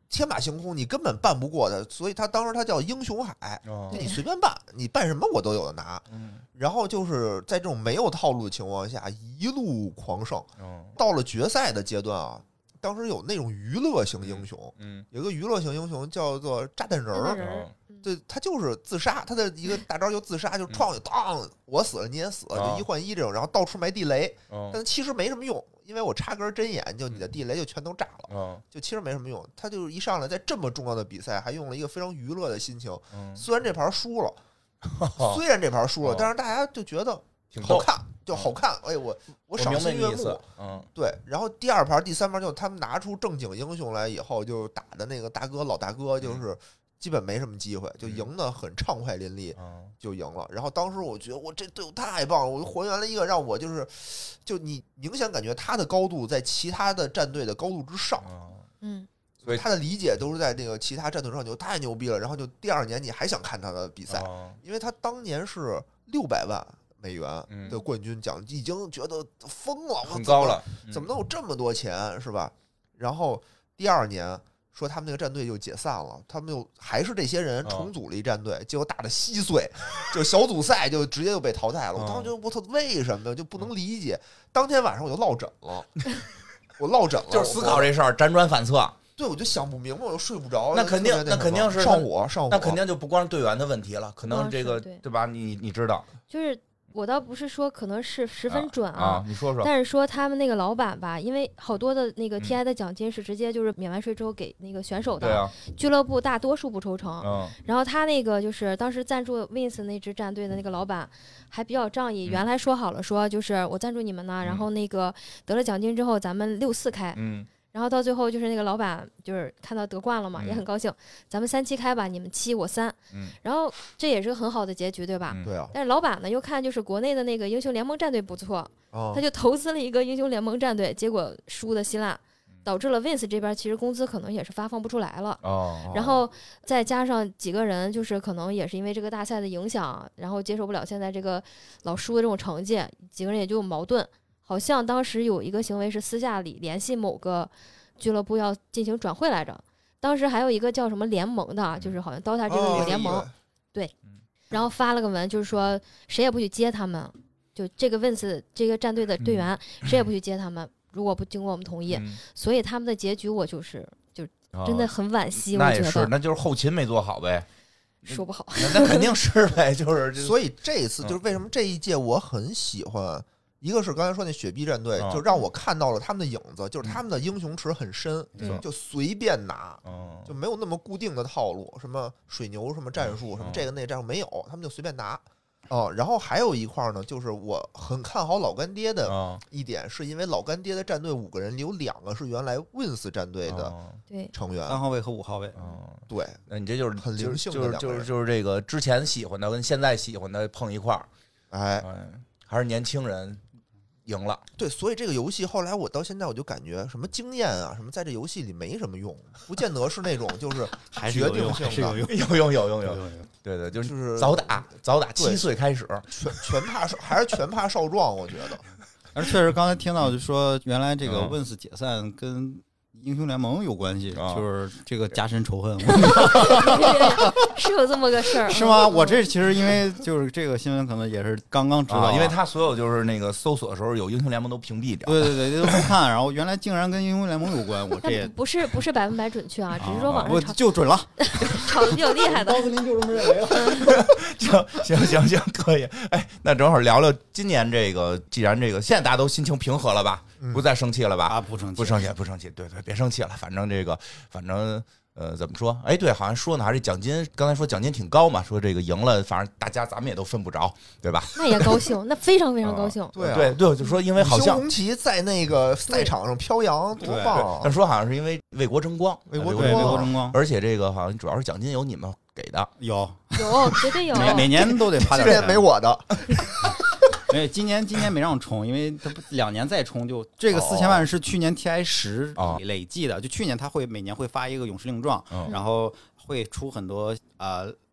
天马行空，你根本办不过的，所以他当时他叫英雄海， 哦就你随便办，你办什么我都有的拿。 嗯然后就是在这种没有套路的情况下，一路狂胜。 哦到了决赛的阶段啊，当时有那种娱乐型英雄， 嗯有个娱乐型英雄叫做炸弹人儿， 炸弹人儿哦对他就是自杀，他的一个大招就自杀，就撞就当我死了你也死了， 哦就一换一这种，然后到处埋地雷， 哦但其实没什么用，因为我插根针眼，就你的地雷就全都炸了。 哦就其实没什么用，他就是一上来在这么重要的比赛，还用了一个非常娱乐的心情。 嗯虽然这盘输了，虽然这盘输了哦， 但是大家就觉得挺逗好看，就好看。哎，我我赏明白心悦目你意思。嗯对，然后第二盘、第三盘就他们拿出正经英雄来以后，就打的那个大哥老大哥，就是基本没什么机会，就赢得很畅快淋漓， 嗯就赢了。然后当时我觉得我这队伍太棒了，我就还原了一个让我就是，就你明显感觉他的高度在其他的战队的高度之上。 嗯嗯， 所以他的理解都是在那个其他战队上就太牛逼了，然后就第二年你还想看他的比赛， 哦因为他当年是六百万美元嗯的冠军奖，已经觉得疯了，我很高了， 怎么，怎么能有这么多钱是吧？然后第二年说他们那个战队就解散了，他们又还是这些人重组了一战队，结果打得稀碎，就小组赛就直接就被淘汰了。我当时觉得我操，为什么就不能理解？当天晚上我就落枕了，我落枕了， 就是思考这事儿，辗转反侧。 对，我就想不明白，我就睡不着。 那肯定特别那肯定是上火，上火， 那肯定就不光是队员的问题了，可能光这个是对对吧？你你知道就是我倒不是说可能是十分准啊？你说说。 但是说他们那个老板吧，因为好多的那个嗯 T I 的奖金是直接就是免完税之后给那个选手的， 对啊， 俱乐部大多数不抽成。 嗯然后他那个就是当时赞助 Wins 那支战队的那个老板还比较仗义， 嗯原来说好了说就是我赞助你们呢， 嗯然后那个得了奖金之后咱们六四开， 嗯然后到最后就是那个老板就是看到得冠了嘛， 嗯也很高兴，咱们三七开吧，你们七我三， 嗯然后这也是个很好的结局，对吧？ 嗯对啊， 但是老板呢又看就是国内的那个英雄联盟战队不错， 啊他就投资了一个英雄联盟战队，结果输的稀烂， 嗯导致了 Wins 这边其实工资可能也是发放不出来了。 哦， 然后再加上几个人，就是可能也是因为这个大赛的影响，然后接受不了现在这个老输的这种成绩，几个人也就有矛盾。好像当时有一个行为是私下里联系某个俱乐部要进行转会来着。当时还有一个叫什么联盟的，就是好像 D O T A 这个有哦个联盟，然后发了个文，就是说谁也不许接他们，就这个 Wins 这个战队的队员、谁也不许接他们，如果不经过我们同意。 嗯所以他们的结局我就是就哦真的很惋惜，我那也是， 觉得那就是后勤没做好呗。 说不好。 那那肯定是呗，就是就所以这一次嗯就是为什么这一届我很喜欢。一个是刚才说那雪碧战队， 嗯就让我看到了他们的影子，就是他们的英雄池很深， 错就随便拿， 嗯就没有那么固定的套路，什么水牛什么战术，什么嗯这个那个战术没有，他们就随便拿。哦，然后还有一块呢，就是我很看好老干爹的嗯一点，是因为老干爹的战队五个人里有两个是原来 Wins 战队的嗯对， 成员， 三号位和五号位， 嗯对， 那你这就是很灵性的就是两个人就是就是这个之前喜欢的跟现在喜欢的碰一块儿， 哎， 嗯，还是年轻人赢了。 对，所以这个游戏后来我到现在我就感觉什么经验啊，什么在这游戏里没什么用，不见得是那种就是决还是有用， 定性的， 还是有用， 有用有用有， 有用。 对对，就就是是早打早打， 对七岁开始， 全全怕少，还是全怕少壮，我觉得。 而确实刚才听到就说，原来这个嗯 Wins 解散跟英雄联盟有关系， 啊就是这个加深仇恨， 是有这么个事儿， 是吗？我这其实因为就是这个新闻可能也是刚刚知道啊， 因为他所有就是那个搜索的时候有英雄联盟都屏蔽掉。 对对对，这都不看，然后原来竟然跟英雄联盟有关，我这也但不是不是百分百准确啊，只是说网我上炒就准了。 炒的比较厉害的。 您就这么认为了。 行行行行，可以。哎，那正好聊聊今年这个，既然这个现在大家都心情平和了吧，不再生气了吧？ 啊，不生气， 不生气，不生气。对对，别生气了。反正这个，反正呃，怎么说？哎，对，好像说呢，还是奖金。刚才说奖金挺高嘛，说这个赢了，反正大家咱们也都分不着，对吧？ 那也高兴，那非常非常高兴。 对啊对对，就说因为好像， 五星红旗在那个赛场上飘扬，多对棒啊！ 但说好像是因为为国争光， 对， 为国争光为国争光而且这个好像主要是奖金由你们给的。 有， 有，绝对有。 每每年都得发点钱今年没。我的， 没有，今年今年没让冲，因为他不两年再冲就这个四千万是去年 T I 十哦累计的，就去年他会每年会发一个勇士令状， 嗯然后会出很多呃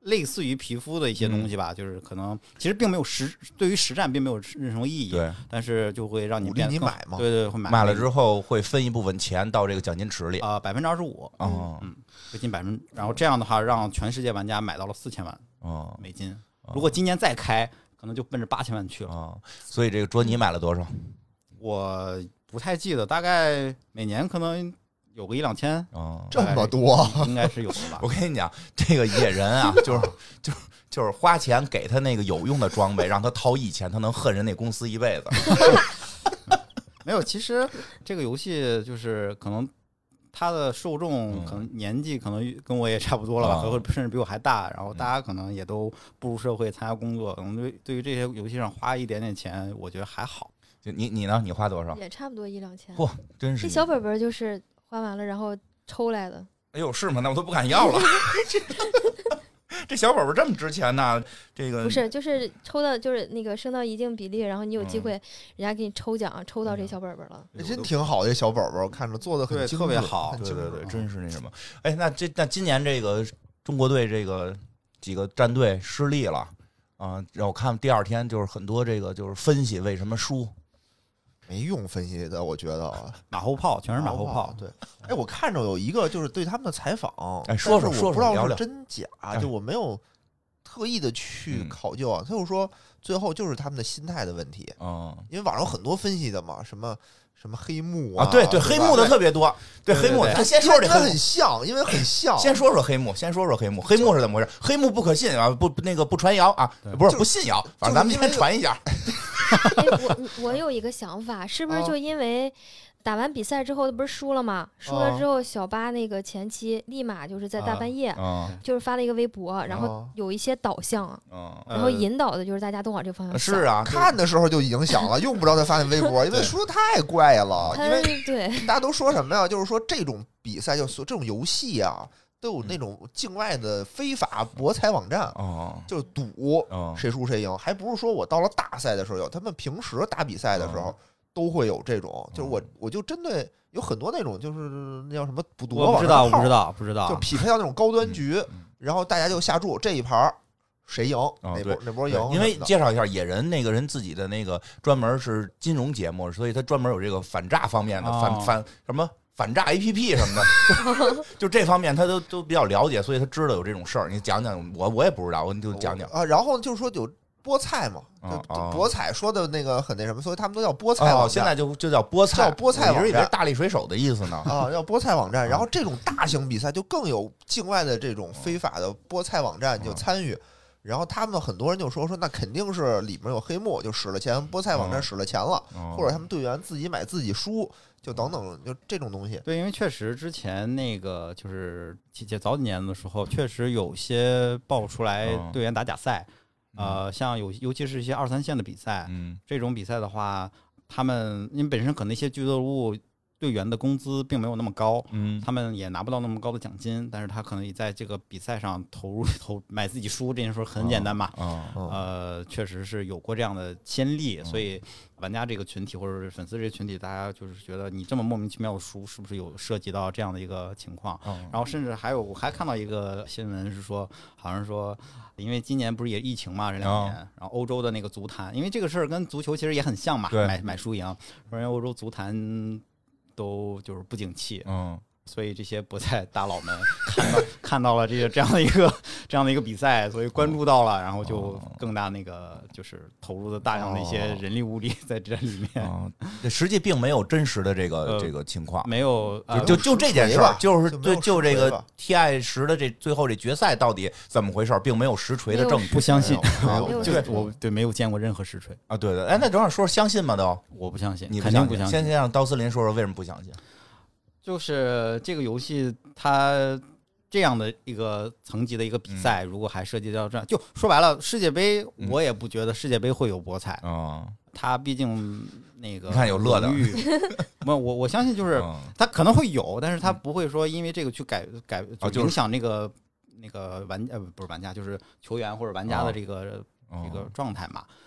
类似于皮肤的一些东西吧，嗯、就是可能其实并没有实对于实战并没有任何意义， 对， 但是就会让你鼓励你买嘛， 对对，会买买了之后会分一部分钱到这个奖金池里啊，百分之二十五， 哦， 嗯，会进百分，然后这样的话让全世界玩家买到了四千万哦美金，哦、如果今年再开，可能就奔着八千万去了啊、哦。 所以这个卓尼买了多少？ 我不太记得，大概每年可能。有个一两千哦， 这么多应该是有的吧。 我跟你讲，这个野人啊，就是就是就是花钱给他那个有用的装备，让他掏一千，他能恨人那公司一辈子。 没有，其实这个游戏就是可能他的受众可能年纪可能跟我也差不多了吧，和、嗯、甚至比我还大，然后大家可能也都步入社会参加工作，可能对对于这些游戏上花一点点钱，我觉得还好。 就你你呢？你花多少？ 也差不多一两千。 嚯，真是！ 这小本本就是花完了，然后抽来的。 哎呦，是吗？那我都不敢要了。这小本本这么值钱呢？这个不是，就是抽到，就是那个升到一定比例，然后你有机会，人家给你抽奖，抽到这小本本了。 嗯、真挺好的，这小本本我看着做的很特别好， 对对对，真是那什么。哎，那这那今年这个中国队这个几个战队失利了啊，然后我看第二天就是很多这个就是分析为什么输。 没用分析的，我觉得马后炮全是马后炮。 对，哎，我看着有一个就是对他们的采访， 哎，说说说， 我不知道是真假，就我没有特意的去考究啊。他就说最后就是他们的心态的问题， 嗯， 因为网上有很多分析的嘛，什么什么黑幕啊， 对对，黑幕的特别多，对黑幕，他先说这黑幕很像，因为很像。 先说说黑幕，先说说黑幕，黑幕是怎么回事？黑幕不可信啊，不那个不传谣啊，不是不信谣，反正咱们先传一下。 哎，我我有一个想法，是不是就因为打完比赛之后不是输了吗？输了之后，小巴那个前妻立马就是在大半夜，就是发了一个微博，然后有一些导向，然后引导的就是大家都往这个方向想。 是啊， 看的时候就已经想了，用不着再发现微博，因为输的太怪了。因为对大家都说什么呀？就是说这种比赛，就这种游戏啊。都有那种境外的非法博彩网站， 哦， 就赌谁输谁赢，还不是说我到了大赛的时候有，他们平时打比赛的时候都会有这种，就是我我就针对有很多那种就是那叫什么赌博网站， 不知道不知道不知道， 就匹配到那种高端局，然后大家就下注这一盘谁赢哪波哪波赢， 因为介绍一下野人那个人自己的那个专门是金融节目，所以他专门有这个反诈方面的反反什么。反诈 A P P 什么的，就, 就这方面他都都比较了解，所以他知道有这种事儿。你讲讲，我我也不知道，我你就讲讲啊。然后就是说有菠菜嘛， 哦哦、博彩说的那个很那什么，所以他们都叫菠菜网站。 哦、现在就就叫菠菜， 叫菠菜网站， 我一直以为大力水手的意思呢。 啊，叫菠菜网站。然后这种大型比赛就更有境外的这种非法的菠菜网站就参与。然后他们很多人就说说那肯定是里面有黑幕，就使了钱，菠菜网站使了钱了， 哦、 或者他们队员自己买自己输。就等等，就这种东西。 对，因为确实之前那个就是早几年的时候，确实有些爆出来队员打假赛， 嗯、 呃，像有尤其是一些二三线的比赛， 嗯， 这种比赛的话，他们因为本身可能一些俱乐部队员的工资并没有那么高， 嗯， 他们也拿不到那么高的奖金，但是他可能也在这个比赛上投入投买自己输，这件事很简单嘛， 哦哦、呃，确实是有过这样的先例，所以。玩家这个群体或者是粉丝这个群体，大家就是觉得你这么莫名其妙的输，是不是有涉及到这样的一个情况？ 嗯、 然后甚至还有，我还看到一个新闻是说，好像说，因为今年不是也疫情嘛，这两年， 嗯、 然后欧洲的那个足坛，因为这个事儿跟足球其实也很像嘛，买买输赢，说人欧洲足坛都就是不景气， 嗯。 所以这些博彩大佬们看到看到了这个这样的一个这样的一个比赛，所以关注到了，然后就更大那个就是投入的大量的一些人力物力在这里面。 哦、实际并没有真实的这个、 呃、 这个情况， 没有， 呃、就就这件事儿，就是对就这个 T I 十的这最后这决赛到底怎么回事，并没有实锤的证据， 不相信， 就我对没有见过任何实锤啊。对对，哎，那正好说相信吗？都我不相信， 你肯定不相信。 先先让刀司林说说为什么不相信。 就是这个游戏，它这样的一个层级的一个比赛， 嗯、 如果还涉及到这样，就说白了，世界杯我也不觉得世界杯会有博彩。 嗯， 它毕竟那个你看有乐的， 不，我我相信就是它可能会有，但是它不会说因为这个去改改，就影响那个那个玩呃不是玩家，就是球员或者玩家的这个这个状态嘛。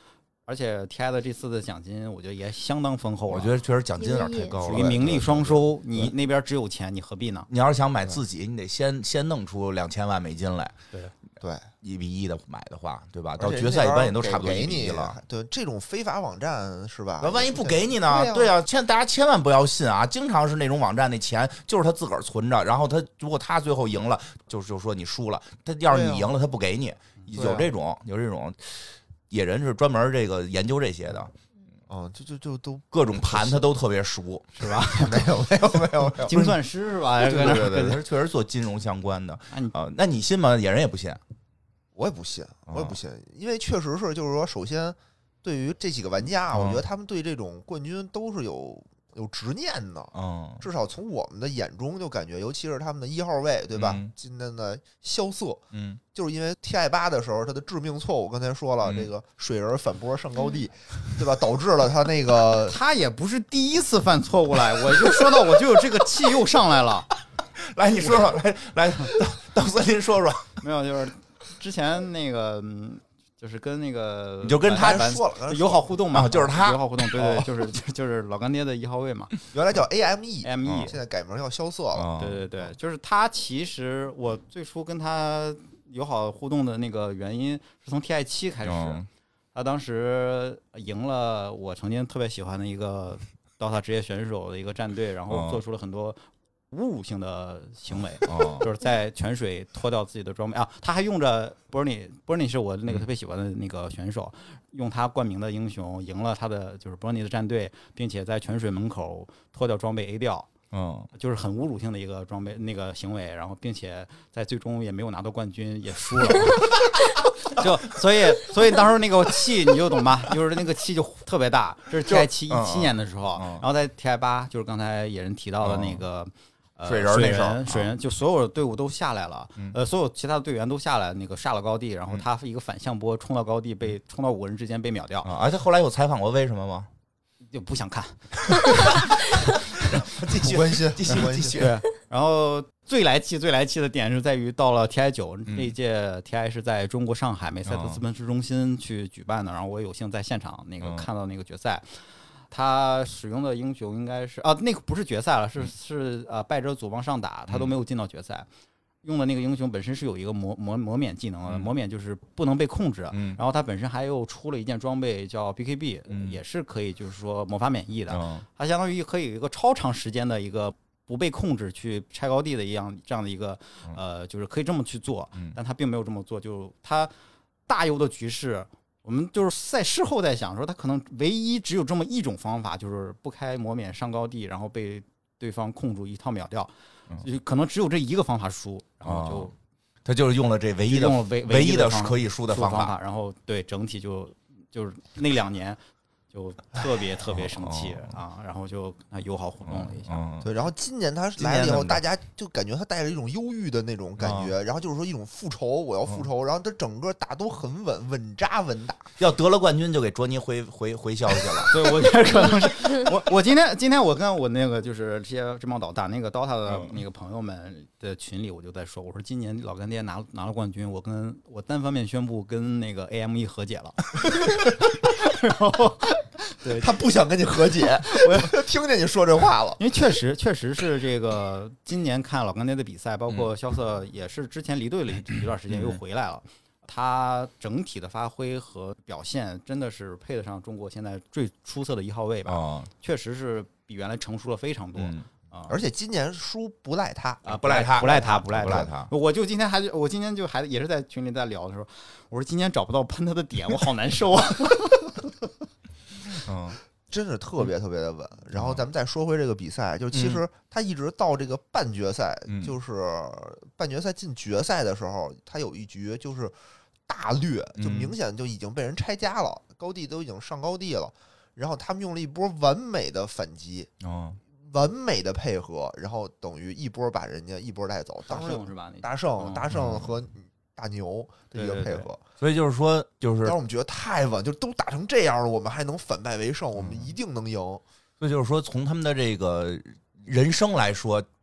而且 T I 的这次的奖金，我觉得也相当丰厚。 我觉得确实奖金有点太高了， 属于名利双收。你那边只有钱，你何必呢？ 你要是想买自己，你得先先弄出两千万美金来。 对对， 一比一的买的话，对吧？到决赛一般也都差不多一比一了。 对，这种非法网站是吧？ 那万一不给你呢？对啊，千大家千万不要信啊！经常是那种网站，那钱就是他自个儿存着，然后他如果他最后赢了，就就说你输了。他要是你赢了，他不给你。有这种有这种野人是专门这个研究这些的。 哦，就就就都各种盘他都特别熟，是吧？ 没有没有没有没有， 精算师是吧？ 对对对对，他确实做金融相关的啊。那你信吗？野人也不信， 我也不信，我也不信，因为确实是，就是说，首先对于这几个玩家，我觉得他们对这种冠军都是有有执念的， 嗯， 至少从我们的眼中就感觉，尤其是他们的一号位，对吧？ 嗯、 今天的萧瑟， 嗯， 就是因为 T I 八的时候，他的致命错误，刚才说了， 嗯、 这个水人反驳上高地，对吧？导致了他那个， 他也不是第一次犯错误来，我就说到，我就有这个气又上来了。 来，你说说，来来，到森林说说， 没有，就是之前那个。嗯就是跟那个， 你就跟他说了友好互动嘛， 就是他友好互动，对对，就是就是老干爹的一号位嘛， 原来叫 A M E，M E， 现在改名叫萧瑟了。 对对对，就是他。其实我最初跟他友好互动的那个原因是从 T I 七开始，他当时赢了我曾经特别喜欢的一个 D O T A 职业选手的一个战队，然后做出了很多侮辱性的行为， 哦、 就是在泉水脱掉自己的装备啊！他还用着 Bernie，Bernie 是我那个特别喜欢的那个选手，用他冠名的英雄赢了他的就是 Bernie 的战队，并且在泉水门口脱掉装备 A 掉， 嗯， 就是很侮辱性的一个装备那个行为，然后并且在最终也没有拿到冠军，也输了。就所以所以当时那个气你就懂吧，就是那个气就特别大。这是 T I 七一七年的时候，然后在 T I 八就是刚才野人提到的那个。呃、 水人那时候，水人就所有的队伍都下来了， 嗯、 呃，所有其他的队员都下来，那个下了高地，然后他一个反向波冲到高地，被冲到五个人之间被秒掉。 啊，而且后来有采访过为什么吗？ 就不想看。 继续关心， 继续继续。 对，然后最来气、最来气的点是在于到了 T I 九那一届 T I 是在中国上海梅赛德斯奔驰中心去举办的，然后我有幸在现场那个看到那个决赛。他使用的英雄应该是啊，那个不是决赛了，是是呃败者组往上打，他都没有进到决赛。用的那个英雄本身是有一个魔魔魔免技能的，魔免就是不能被控制。 嗯、 然后他本身还又出了一件装备叫 B K B，、 嗯、 也是可以就是说魔法免疫的。 嗯、 它相当于可以有一个超长时间的一个不被控制去拆高地的一样这样的一个呃，就是可以这么去做。 嗯、 但他并没有这么做，就他大优的局势。我们就是在事后在想说，他可能唯一只有这么一种方法，就是不开魔免上高地，然后被对方控住一套秒掉，嗯、可能只有这一个方法输，然后就、 哦、他就是用了这唯一的唯唯一的可以输的方法， 然后对整体就就是那两年就特别特别生气、 哦、 啊，然后就友好互动了一下。 嗯、 对，然后今年他来了以后，大家就感觉他带着一种忧郁的那种感觉， 嗯、 然后就是说一种复仇，我要复仇，嗯、然后他整个打都很稳，稳扎稳打。 要得了冠军就给卓尼回回回消息了。 对，我觉得可能是我我今天今天我跟我那个就是这些这帮导打那个 D O T A 的那个朋友们的群里，我就在说，我说今年老干爹拿拿了冠军，我跟我单方面宣布跟那个 A M E 和解了。然后。对他不想跟你和解，我听见你说这话了。 因为确实，确实是这个今年看老干爹的比赛，包括萧瑟也是之前离队了一段时间，又回来了。他整体的发挥和表现真的是配得上中国现在最出色的一号位吧？ 哦、 确实是比原来成熟了非常多。 嗯啊！ 而且今年输不赖他啊， 不赖他， 不赖他，不赖不赖他。 我就今天还我今天就还也是在群里在聊的时候，我说今天找不到喷他的点，我好难受啊。 嗯， 真是特别特别的稳。然后咱们再说回这个比赛，就其实他一直到这个半决赛， 嗯、 就是半决赛进决赛的时候，他有一局就是大略，就明显就已经被人拆家了， 嗯、 高地都已经上高地了，然后他们用了一波完美的反击。 哦。 完美的配合，然后等于一波把人家一波带走。当时是吧？ 大圣、大圣和大牛的一个配合， 对对对， 所以就是说，就是当时我们觉得太稳，就都打成这样了，我们还能反败为胜，我们一定能赢。 所以就是说，从他们的这个人生来说，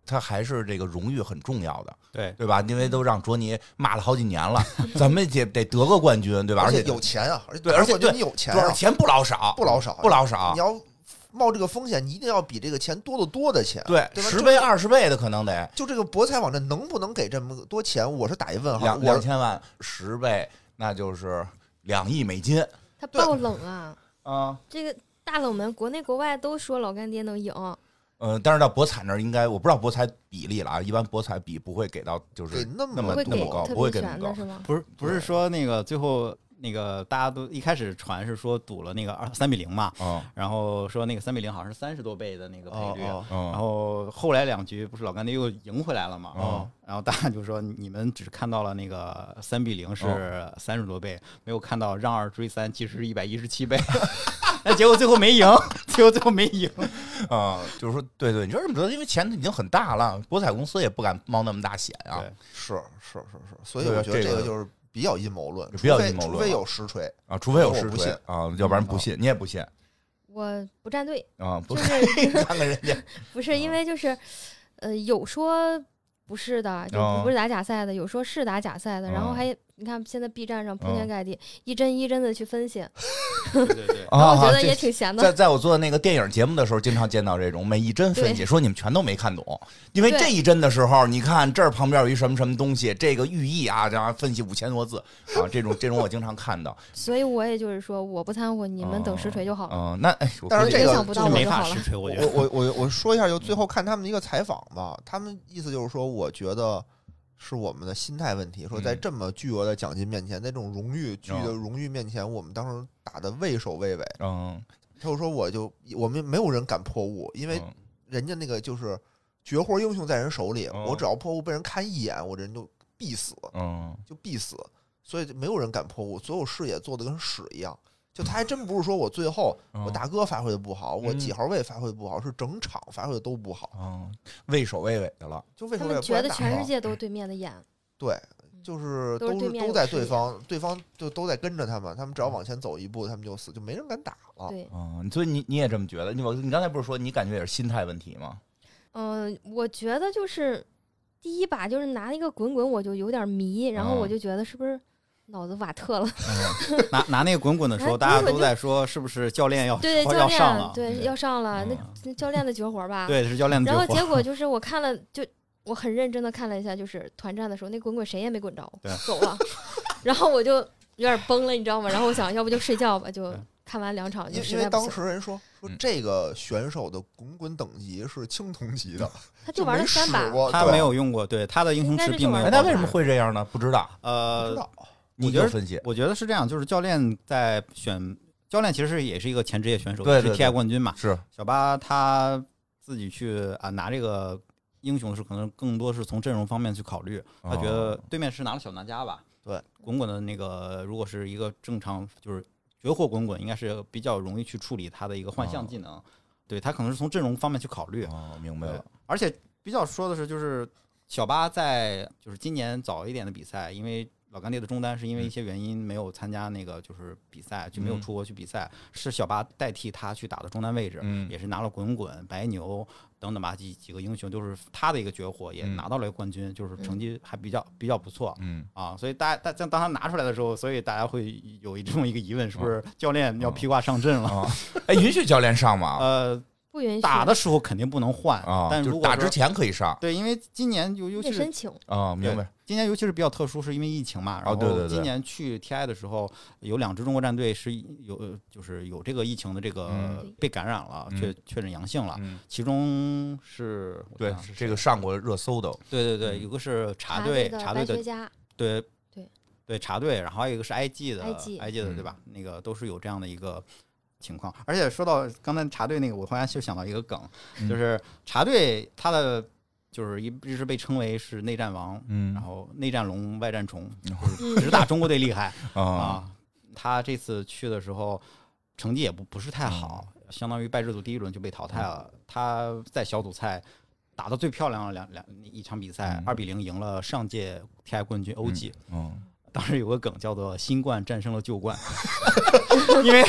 他还是这个荣誉很重要的， 对对吧？因为都让卓尼骂了好几年了，咱们也得得个冠军，对吧？而且有钱啊，而且对，而且冠军你有钱啊， 多少钱不老少， 不老少， 不老少。 你要冒这个风险，你一定要比这个钱多得多的钱， 对， 对吧？ 十倍、二十倍的可能得。 就这个博彩网站能不能给这么多钱，我是打一问号。 两两千万，十倍那就是两亿美金。 他爆冷啊！ 啊， 这个大冷门，国内国外都说老干爹能赢。 呃，但是到博彩那儿应该我不知道博彩比例了啊，一般博彩比不会给到就是给那么那么会给那么高， 特不会别给那么高。 全的是吗？ 不是不是说那个最后那个大家都一开始传是说赌了那个二三比零嘛， 嗯然后说那个三比零好像是三十多倍的那个赔率， 哦嗯， 然后后来两局不是老干爹又赢回来了嘛， 哦然后大家就说你们只看到了那个三比零是三十多倍，没有看到让二追三其实是一百一十七倍，那结果最后没赢，结果最后没赢。 啊、就是说，对对，你说这么多，因为钱已经很大了，博彩公司也不敢冒那么大险啊。 对是是是是，所以对我觉得这个这个就是比较阴谋论， 比较除非阴谋论除非有实锤。 啊，除非有实锤我不信啊，要不然不信，你也不信我不站队， 啊，不就是看看人家不是因为就是，呃，有说不是的，就哦不是打假赛的，有说是打假赛的，然后哦还你看现在 B 站上铺哦天盖地，一帧一帧的去分析， 对对对， 然后我觉啊这得也挺闲在的。 在我做那个电影节目的时候，经常见到这种每一帧分析， 对说你们全都没看懂，因为对这一帧的时候，你看这儿旁边有一什么什么东西，这个寓意啊，然后分析五千多字啊，这种这种我经常看到。 所以我也就是说，我不掺和，你们等实锤就好了。 嗯，那哎，我估计但是这个影响不到就我就好了没法实。锤，我觉我得。 我我我说一下，就最后看他们的一个采访吧，他们意思就是说，我觉得是我们的心态问题，说在嗯这么巨额的奖金面前，在这种荣誉巨的荣誉面前，我们当时打的畏首畏尾。 嗯， 他就说，我就我们没有人敢破雾，因为嗯人家那个就是绝活英雄在人手里， 嗯我只要破雾被人看一眼，我这人就必死， 嗯就必死，所以没有人敢破雾，所有视野做的跟屎一样。就他还真不是说我最后嗯我大哥发挥的不好，我几号位发挥的不好，是整场发挥的都不好， 嗯，畏首畏尾的了。 就为什么他们觉得也不敢打嘛全世界都是对面的眼， 对，就是都都是对面都在有视野对方，对方就都在跟着他们，他们只要往前走一步，他们就死，就没人敢打了。 对， 嗯，所以你你也这么觉得？你我你刚才不是说你感觉也是心态问题吗？ 嗯、我觉得就是第一把就是拿那个滚滚，我就有点迷，然后我嗯就觉得是不是脑子瓦特了？ 拿拿那个滚滚的时候， 哎大家滚滚就都在说是不是教练要对， 要教上了？ 练对要上了，那嗯那教练的绝活吧？。 对，是教练的然后绝活。 结果就是我看了，就我很认真的看了一下，就是团战的时候，那滚滚谁也没滚着对， 走了，然后我就有点崩了，你知道吗？然后我想要不就睡觉吧，就对看完两场就因因为当实在不行， 时人说说嗯这个选手的滚滚等级是青铜级的， 他就玩了没三把， 使过，对他没有用过，对他的英雄应该池并没有是就玩爆发。 哎那为什么会这样呢？不知道， 不呃知，道。 你我觉得就分析。 我觉得是这样，就是教练在选教练，其实也是一个前职业选手，是对对对 T I 冠军嘛。 是， 小巴他自己去啊拿这个英雄的时候，可能更多是从阵容方面去考虑。他觉得哦对面是拿了小当家吧？ 对， 滚滚的那个如果是一个正常就是绝活滚滚，应该是比较容易去处理他的一个幻象技能。对他可能是从阵容方面去考虑。 哦，明白对了。， 而且比较说的是，就是小巴在就是今年早一点的比赛，因为老干爹的中单是因为一些原因没有参加那个就是比赛，就没有出国去比赛，是小巴代替他去打的中单位置， 嗯也是拿了滚滚、白牛等等吧几几个英雄，都是他的一个绝活，也嗯拿到了一个冠军，就是成绩还比较比较不错。 嗯， 啊，所以大家大当当他拿出来的时候，所以大家会有这么一个疑问，是不是教练要披挂上阵了？ 啊，哎，允许教练上吗？ 呃， 不允许打的时候肯定不能换啊， 但如果说就是打之前可以上对，因为今年尤尤其是得申请， 啊，明白。 今年尤其是比较特殊，是因为疫情嘛。然哦对对对后今年去 T I 的时候，有两支中国战队是有呃就是有这个疫情的这个嗯被感染了， 嗯确确诊阳性了。 嗯， 其中是我对想是， 这个上过热搜的。 对对对， 嗯有个是茶队队，茶队的白学家， 对对对茶队，然后还有一个是 I G 的 I G I G 的嗯对吧？那个都是有这样的一个情况。而且说到刚才茶队那个，我忽然就想到一个梗， 嗯就是茶队它的就是一直被称为是内战王， 嗯然后内战龙外战虫， 嗯就是只打中国队厉害啊， 啊。他这次去的时候成绩也不不是太好， 嗯相当于败制组第一轮就被淘汰了。他在小组赛打得最漂亮的两两一场比赛嗯， 二比零赢了上届 T I 冠军 O G。 嗯当时有个梗叫做“新冠战胜了旧冠”，因为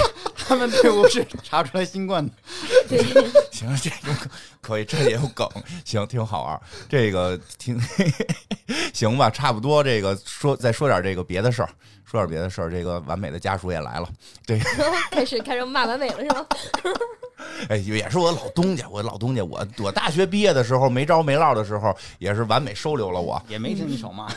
他们队伍是查出来新冠的。 对， 行，这种可以，这也有梗，行，挺好玩。这个挺行吧，差不多。这个说再说点这个别的事儿，说点别的事儿。这个完美的家属也来了，这个开始开始骂完美了是吗？ 哎，也是我老东家，我老东家，我我大学毕业的时候没着没落的时候，也是完美收留了我， 也没听你手骂。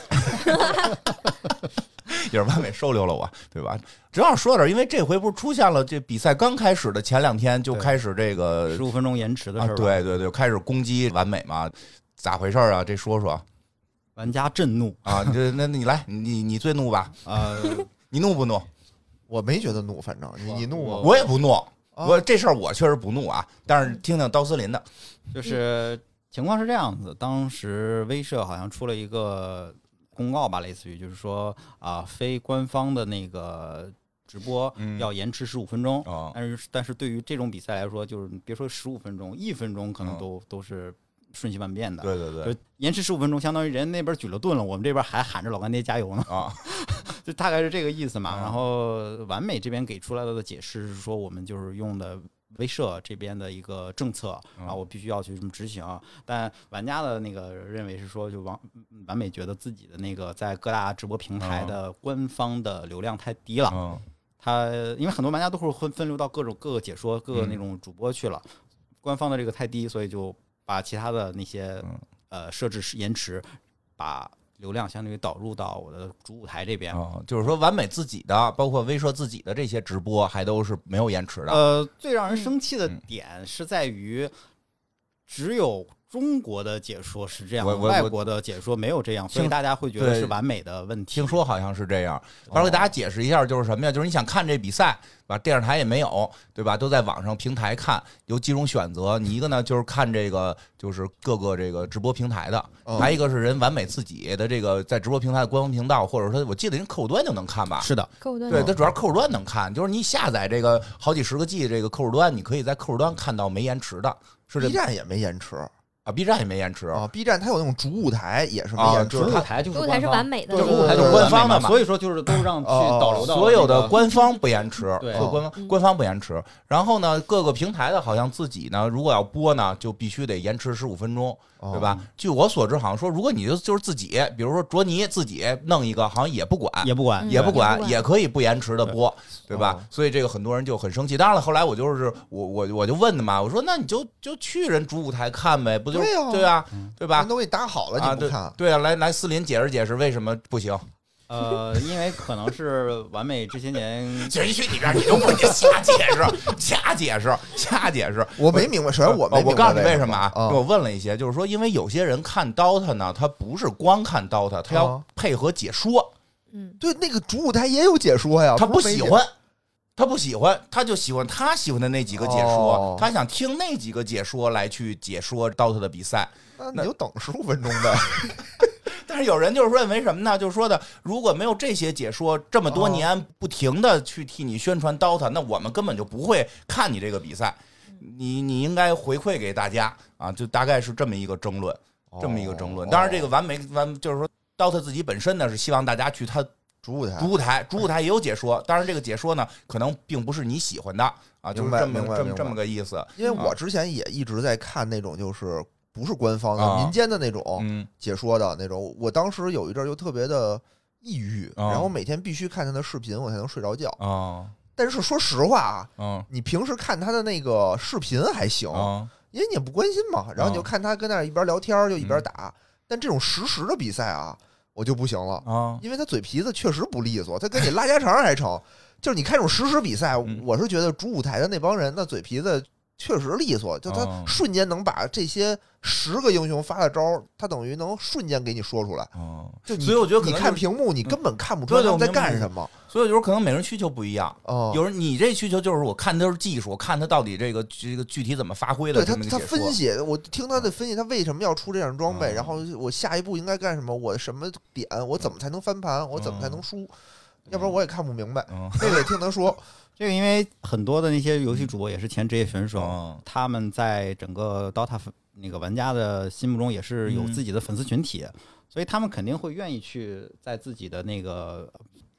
也是完美收留了我，对吧？正好说点，因为这回不是出现了，这比赛刚开始的前两天就开始这个十五分钟延迟的事儿、 啊，对对对，开始攻击完美嘛，咋回事啊？这说说。 玩家震怒啊！这那你来，你你最怒吧？ 呃， 你怒不怒？ 我没觉得怒，反正你你怒吗？ 我也不怒， 啊、 我这事儿我确实不怒啊。但是听听刀司林的， 就是情况是这样子，当时威社好像出了一个公告吧，类似于就是说啊、呃，非官方的那个直播要延迟十五分钟， 嗯哦、 但是但是对于这种比赛来说，就是别说十五分钟，一分钟可能都、嗯、都是瞬息万变的。 对对对， 延迟十五分钟，相当于人那边举了盾了，我们这边还喊着老干爹加油呢啊， 就大概是这个意思嘛。 啊、 然后完美这边给出来的解释是说，我们就是用的威社这边的一个政策啊，我必须要去这么执行。但玩家的那个认为是说，就完完美觉得自己的那个在各大直播平台的官方的流量太低了。 嗯， 他因为很多玩家都会分分流到各种各个解说、各个那种主播去了，嗯、官方的这个太低，所以就把其他的那些呃设置延迟，把流量相当于导入到我的主舞台这边。 哦，就是说完美自己的，包括威社自己的这些直播，还都是没有延迟的。 呃，最让人生气的点是在于，只有中国的解说是这样，外国的解说没有这样，所以大家会觉得是完美的问题。 听说好像是这样，到时候给大家解释一下，就是什么呀？就是你想看这比赛，吧，电视台也没有，对吧？都在网上平台看，有几种选择。你一个呢，就是看这个，就是各个这个直播平台的；还一个是人完美自己的这个在直播平台的官方频道，或者说我记得人客户端就能看吧？ 是的， 客户端对，它主要客户端能看，就是你下载这个好几十个 G 这个客户端，你可以在客户端看到没延迟的。是这 B 站也没延迟。 啊 ，B 站也没延迟啊 ，B 站它有那种主舞台也是没延迟， 主舞台就是主舞台是完美的， 主舞台就是官方的嘛， 所以说就是都让去导流到所有的官方不延迟， 对， 官方官方不延迟。然后呢，各个平台的好像自己呢，如果要播呢，就必须得延迟十五分钟。对吧？据我所知，好像说，如果你就就是自己，比如说卓尼自己弄一个，好像也不管， 也不管， 也不管，也可以不延迟的播，对吧？所以这个很多人就很生气。当然了，后来我就是我我我就问的嘛，我说那你就就去人主舞台看呗，不就对啊，对吧？ 都给你打好了，你不看？ 对啊，来来，思林解释解释为什么不行。 呃，因为可能是完美这些年， 其实你去里边你都不你瞎解释，瞎解释，瞎解释。 我没明白，首先我没明白， 我告诉你为什么啊？ 嗯、 我问了一些，就是说，因为有些人看 D O T A 呢，他不是光看 D O T A， 他要配合解说。 嗯， 对，那个主舞台也有解说呀， 他不喜欢。他不喜欢，他就喜欢他喜欢的那几个解说， 哦、 他想听那几个解说来去解说 D O T A 的比赛。 那你就等十五分钟呗。 但是有人就是认为什么呢？就是说的，如果没有这些解说，这么多年不停的去替你宣传 D O T A， 那我们根本就不会看你这个比赛。你你应该回馈给大家啊，就大概是这么一个争论，这么一个争论。当然，这个完美完就是说 D O T A 自己本身呢是希望大家去他主舞台， 主舞台，主舞台也有解说。当然，这个解说呢可能并不是你喜欢的啊，就是这么这么这么个意思。 因为我之前也一直在看那种就是不是官方的、啊、民间的那种解说的那种。我当时有一阵就特别的抑郁， 啊、 然后每天必须看他的视频，我才能睡着觉啊。 但是说实话啊， 嗯， 你平时看他的那个视频还行， 啊、 因为你也不关心嘛，然后你就看他跟那儿一边聊天就一边打。嗯、但这种实时的比赛啊，我就不行了啊， 因为他嘴皮子确实不利索，他跟你拉家常还成。就是你看这种实时比赛， 嗯、 我是觉得主舞台的那帮人那嘴皮子确实利索，就他瞬间能把这些十个英雄发的招，他等于能瞬间给你说出来。 哦， 就所以我觉得你看屏幕，你根本看不出来他们在干什么。 所以有时候可能每人需求不一样。 哦， 有人你这需求就是我看的是技术，我看他到底这个这个具体怎么发挥的。 对他他分析，我听他的分析，他为什么要出这样装备， 嗯、 然后我下一步应该干什么，我什么点，我怎么才能翻盘，我怎么才能输。嗯、要不然我也看不明白。 嗯、 这个也听他说。 这个因为很多的那些游戏主播也是前职业选手， 嗯、 他们在整个 D O T A 那个玩家的心目中也是有自己的粉丝群体，嗯、所以他们肯定会愿意去在自己的那个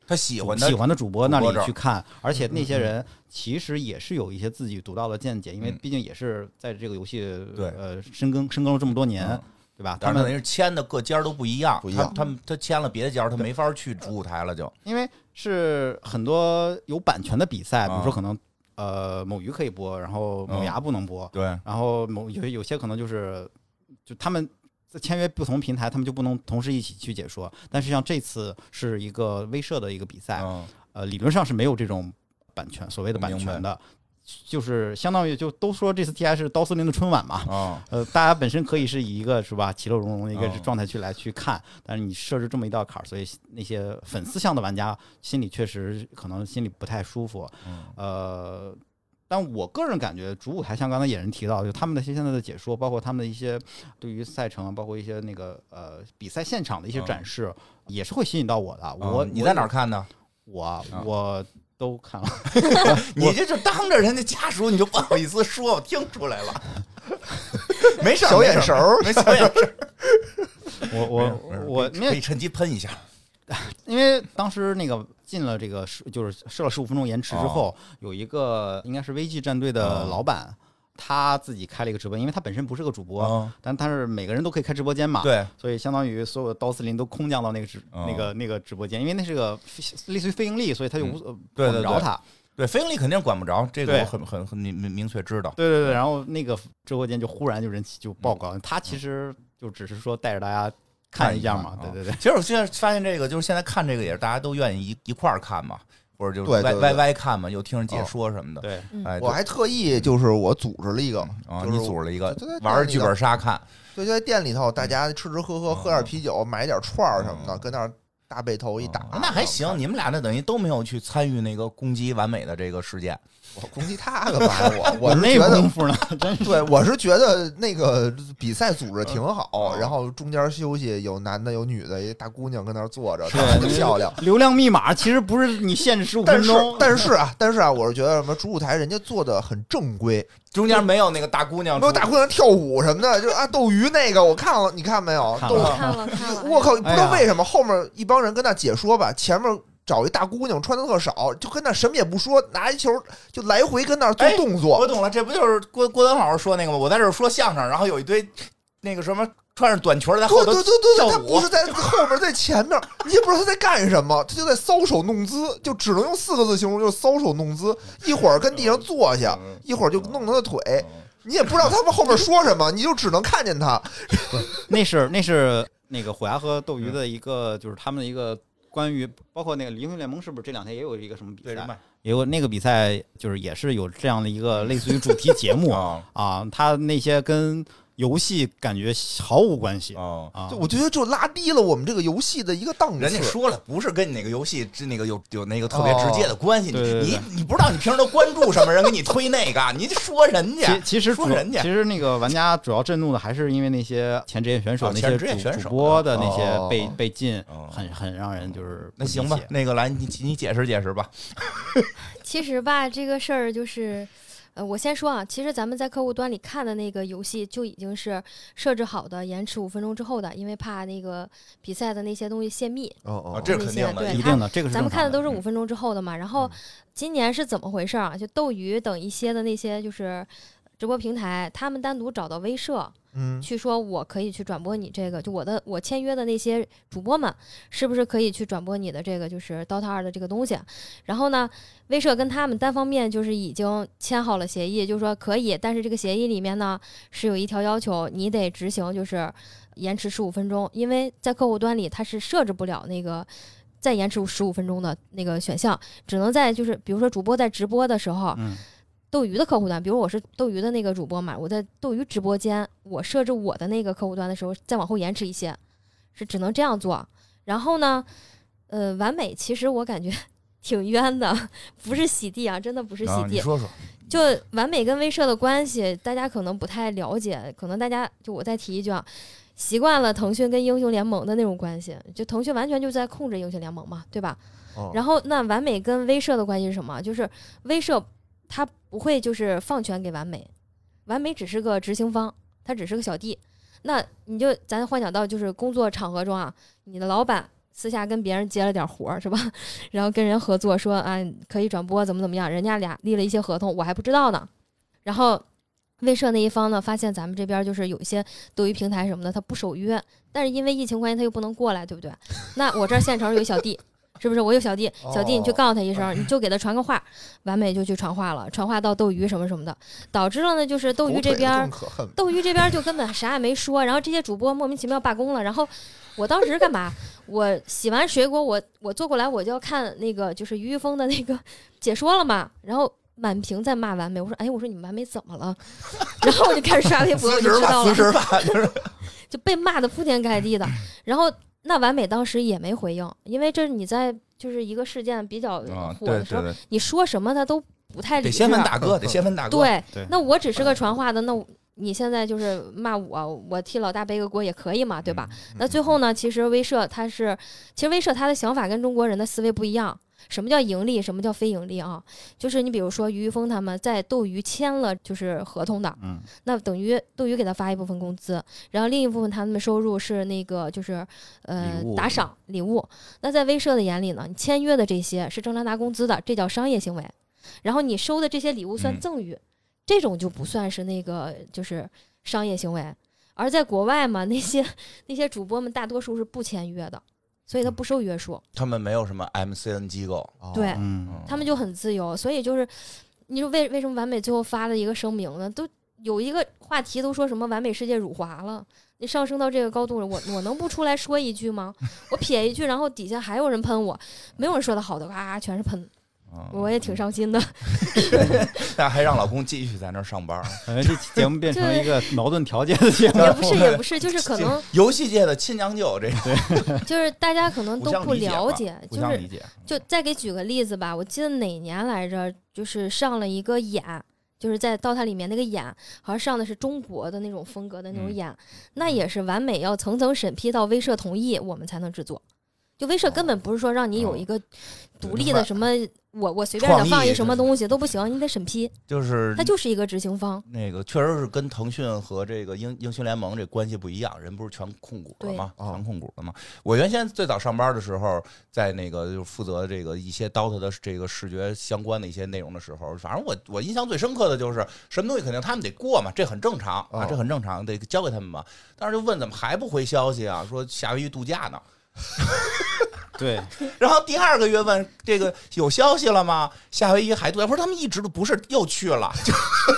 他喜欢的喜欢的主播那主播这儿里去看，而且那些人其实也是有一些自己独到的见解，因为毕竟也是在这个游戏对呃深耕深耕了这么多年， 嗯对吧？ 他们他们等于是签的各家都不一样， 不一样他他们他签了别的家，他没法去主舞台了就， 因为是很多有版权的比赛，比如说啊可能呃某鱼可以播，然后某牙不能播， 对， 然后某有有些可能就是就他们在签约不同平台，他们就不能同时一起去解说。但是像这次是一个威社的一个比赛， 嗯呃，理论上是没有这种版权所谓的版权的，就是相当于就都说这次 T I 是刀司令的春晚嘛。 啊呃，大家本身可以是以一个是吧其乐融融的一个哦状态去来去看，但是你设置这么一道坎儿，所以那些粉丝向的玩家心里确实可能心里不太舒服。 嗯呃，但我个人感觉主舞台像刚才野人提到，就他们的一些现在的解说，包括他们的一些对于赛程，包括一些那个呃比赛现场的一些展示，也是会吸引到我的。我嗯你在哪儿？看呢？ 我啊我都看了。 你这就当着人家家属，你就不好意思说，我听出来了。没事儿， 小眼神儿没事儿没小眼神儿。 我我我因为可以趁机喷一下。 因为当时那个进了这个十就是设了十五分钟延迟之后， 哦有一个应该是 V G 战队的老板。他自己开了一个直播，因为他本身不是个主播， 哦但他是每个人都可以开直播间嘛， 对， 所以相当于所有的刀司令都空降到那个直、 哦那个那个直播间，因为那是个类似于非盈利，所以他就无、 嗯呃对对对管不着他。 对，非盈利肯定管不着，这个对我很很很明明明确知道。 对对对，然后那个直播间就忽然就人气就爆高，他其实就只是说带着大家看一下嘛， 看一看对对对。 其实我现在发现这个，就是现在看这个也是大家都愿意一一块儿看嘛，或者就是对对 Y 对 Y Y 看嘛，又听着解说什么的。 对， 哎， 我还特意就是我组织了一个啊， 就是你组织了一个就在玩剧本杀看， 就在店里头，大家吃吃喝喝，喝点啤酒，买点串儿什么的， 嗯跟那儿大背头一打， 啊那还行。你们俩那等于都没有去参与那个攻击完美的这个事件。 我攻击他干嘛？我我是那觉得功夫呢，真是。 对，我是觉得那个比赛组织挺好， 嗯然后中间休息有男的有女的，一大姑娘跟那儿坐着， 是长得漂亮。 流量密码其实不是你限制十五但是分钟， 但是啊，但是啊，我是觉得什么主舞台人家做的很正规， 中间没有那个大姑娘出， 没有大姑娘跳舞什么的，就啊斗鱼那个我看了，你看没有？斗看了看了看了， 我靠，不知哎呀道为什么后面一帮人跟那解说吧，前面找一大姑娘穿的特少，就跟那什么也不说，拿一球就来回跟那儿做哎动作。 我懂了，这不就是郭郭德老师说那个吗？我在这儿说相声，然后有一堆那个什么穿着短裙的在后头对对对对对，他跳舞不是在后面，在前面，你也不知道他在干什么，他就在搔首弄姿，就只能用四个字形容，就是搔首弄姿。一会儿跟地上坐下，一会儿就弄他的腿，你也不知道他们后面说什么，你就只能看见他。 那是那是那个虎牙和斗鱼的一个，就是他们的一个关于包括那个英雄联盟是不是这两天也有一个什么比赛？也有那个比赛，就是也是有这样的一个类似于主题节目啊啊，它那些跟游戏感觉毫无关系哦。 啊就。我觉得就拉低了我们这个游戏的一个档次。 人家说了，不是跟你那个游戏之那个有有那个特别直接的关系。 哦对对对你你你不知道你平时都关注什么人给你推那个，你说人家其其实主说人家其实那个玩家主要震怒的还是因为那些前职业选手、 哦前那些主职业选手主播的那些哦被、被禁， 哦很很让人就是那行吧不理解， 那个来你你解释解释吧。 其实吧，这个事儿就是，呃，我先说啊，其实咱们在客户端里看的那个游戏就已经是设置好的，延迟五分钟之后的，因为怕那个比赛的那些东西泄密。 哦哦， 啊这是肯定的对一定的，这个是咱们看的正常的都是五分钟之后的嘛。然后今年是怎么回事啊？就斗鱼等一些的那些就是直播平台，他们单独找到威社。 嗯， 去说我可以去转播你这个，就我的我签约的那些主播们，是不是可以去转播你的这个就是D O T A 二的这个东西？然后呢，威社跟他们单方面就是已经签好了协议，就是说可以，但是这个协议里面呢是有一条要求，你得执行就是延迟十五分钟，因为在客户端里它是设置不了那个再延迟十五分钟的那个选项，只能在就是比如说主播在直播的时候。 嗯斗鱼的客户端，比如我是斗鱼的那个主播嘛，我在斗鱼直播间，我设置我的那个客户端的时候，再往后延迟一些，是只能这样做。然后呢，呃，完美其实我感觉挺冤的，不是洗地啊，真的不是洗啊， 地。 你说说。 就完美跟威社的关系，大家可能不太了解，可能大家就我再提一句啊，习惯了腾讯跟英雄联盟的那种关系，就腾讯完全就在控制英雄联盟嘛，对吧？ 哦然后那完美跟威社的关系是什么？就是威社他不会就是放权给完美，完美只是个执行方，他只是个小弟。那你就咱幻想到就是工作场合中啊，你的老板私下跟别人接了点活儿是吧？然后跟人合作说啊可以转播怎么怎么样，人家俩立了一些合同，我还不知道呢。然后威社那一方呢，发现咱们这边就是有一些斗鱼平台什么的，他不守约，但是因为疫情关系他又不能过来，对不对？那我这儿县城有一小弟。是不是我有小弟，小弟你去告诉他一声，哦、你就给他传个话，完美就去传话了，传话到斗鱼什么什么的，导致了呢就是斗鱼这边，斗鱼这边就根本啥也没说，然后这些主播莫名其妙罢工了，然后我当时干嘛？我洗完水果，我我坐过来我就要看那个就是于玉峰的那个解说了嘛，然后满屏在骂完美，我说哎，我说你们完美怎么了？然后我就开始刷微博，我就知道了， 辞职吧，就是就被骂的铺天盖地的，然后。那完美当时也没回应，因为这你在就是一个事件比较火的时候， 哦、对对对你说什么他都不太理智。 得先问大哥，得先问大哥。 对，对那我只是个传话的，那你现在就是骂我，我替老大背个锅也可以嘛，对吧？嗯、那最后呢，其实威社他是，其实威社他的想法跟中国人的思维不一样。什么叫盈利？什么叫非盈利啊？就是你比如说于玉峰他们在斗鱼签了就是合同的， 嗯， 那等于斗鱼给他发一部分工资，然后另一部分他们的收入是那个就是呃打赏礼物。那在威社的眼里呢，你签约的这些是正常拿工资的，这叫商业行为。然后你收的这些礼物算赠与，嗯、这种就不算是那个就是商业行为。而在国外嘛，那些那些主播们大多数是不签约的。所以他不受约束， 他们没有什么 M C N 机构， 对， 嗯、 他们就很自由。所以就是，你说为为什么完美最后发了一个声明呢？都有一个话题都说什么完美世界辱华了，你上升到这个高度了，我我能不出来说一句吗？我撇一句，然后底下还有人喷我，没有人说的好的，啊，全是喷。我也挺伤心的， 但还让老公继续在那儿上班。 感觉这节目变成一个矛盾调解的节目， 也不是也不是，就是可能游戏界的亲娘舅，这个就是大家可能都不了解，就是就再给举个例子吧。我记得哪年来着，就是上了一个演，就是在D O T A里面那个演，好像上的是中国的那种风格的那种演，嗯、那也是完美要层层审批到威社同意，我们才能制作。就威社根本不是说让你有一个独立的什么，我我随便想放一什么东西都不行，你得审批。就是它就是一个执行方。 那个确实是跟腾讯和这个英英雄联盟这关系不一样，人不是全控股了吗？全控股了吗？我原先最早上班的时候，在那个就负责这个一些 D O T A 的这个视觉相关的一些内容的时候，反正我我印象最深刻的就是什么东西肯定他们得过嘛，这很正常啊，这很正常，得交给他们嘛。但是就问怎么还不回消息啊？说夏威夷度假呢。 对， 然后第二个月问这个有消息了吗？夏威夷还度假，不是他们一直都不是又去了，就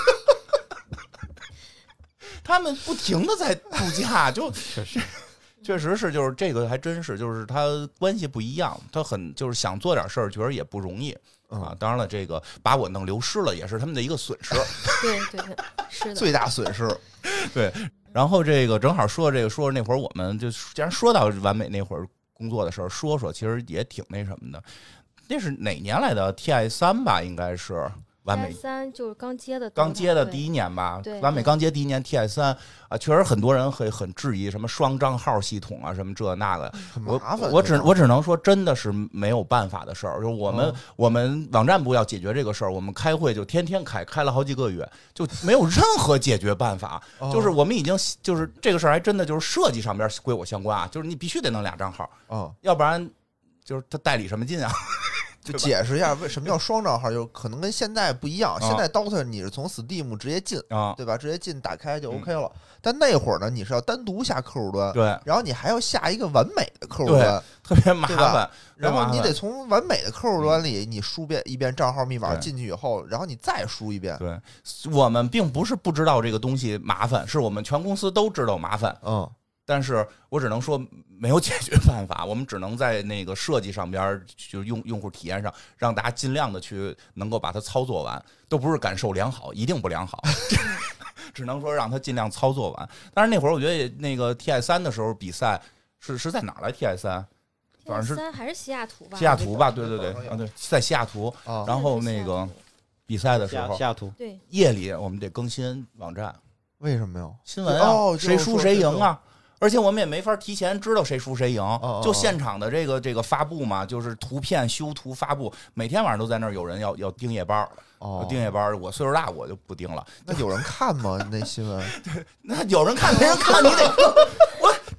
他们不停的在度假，就确实确实是就是这个还真是就是他关系不一样，他很就是想做点事儿，觉得也不容易啊。当然了，这个把我弄流失了也是他们的一个损失， 对对对，是的， 最大损失， 对。然后这个正好说这个说那会儿我们就既然说到完美那会儿。工作的时候说说，其实也挺那什么的。那是哪年来的 ？T I 三吧，应该是完美三，就是刚接的， 刚接的第一年吧。完美刚接第一年 T I 三啊，确实很多人会很质疑什么双账号系统啊，什么这那个。我我只我只能说，真的是没有办法的事儿。就我们、哦、我们网站部要解决这个事儿，我们开会就天天开，开了好几个月，就没有任何解决办法。哦、就是我们已经就是这个事儿，还真的就是设计上边归我相关啊，就是你必须得弄俩账号， 哦， 要不然就是他代理什么劲啊？ 就解释一下为什么叫双账号，就是可能跟现在不一样。现在 D O T A 你是从 Steam 直接进， 啊、 对吧？直接进打开就 OK 了。嗯、但那会儿呢，你是要单独下客户端， 对， 然后你还要下一个完美的客户端， 特别麻烦。 然后你得从完美的客户端里你输遍一遍账号密码进去以后，然后你再输一遍。 对，我们并不是不知道这个东西麻烦，是我们全公司都知道麻烦。 嗯。 但是我只能说没有解决办法，我们只能在那个设计上边，就是用用户体验上，让大家尽量的去能够把它操作完，都不是感受良好，一定不良好，只能说让它尽量操作完。但是那会儿我觉得那个 T I 三的时候比赛是是在哪儿来 T I 三？反正是还是西雅图吧？ 西雅图吧，对对对，啊对，在西雅图。 哦、 然后那个比赛的时候， 西雅图对夜里我们得更新网站， 为什么呀？ 新闻啊， 哦、 谁输谁赢啊。而且我们也没法提前知道谁输谁赢， 哦、 就现场的这个这个发布嘛，就是图片修图发布，每天晚上都在那儿有人要要盯夜班， 哦， 盯夜班。我岁数大，我就不盯了。 那有人看吗？那新闻？ 那有人看没人看，你得我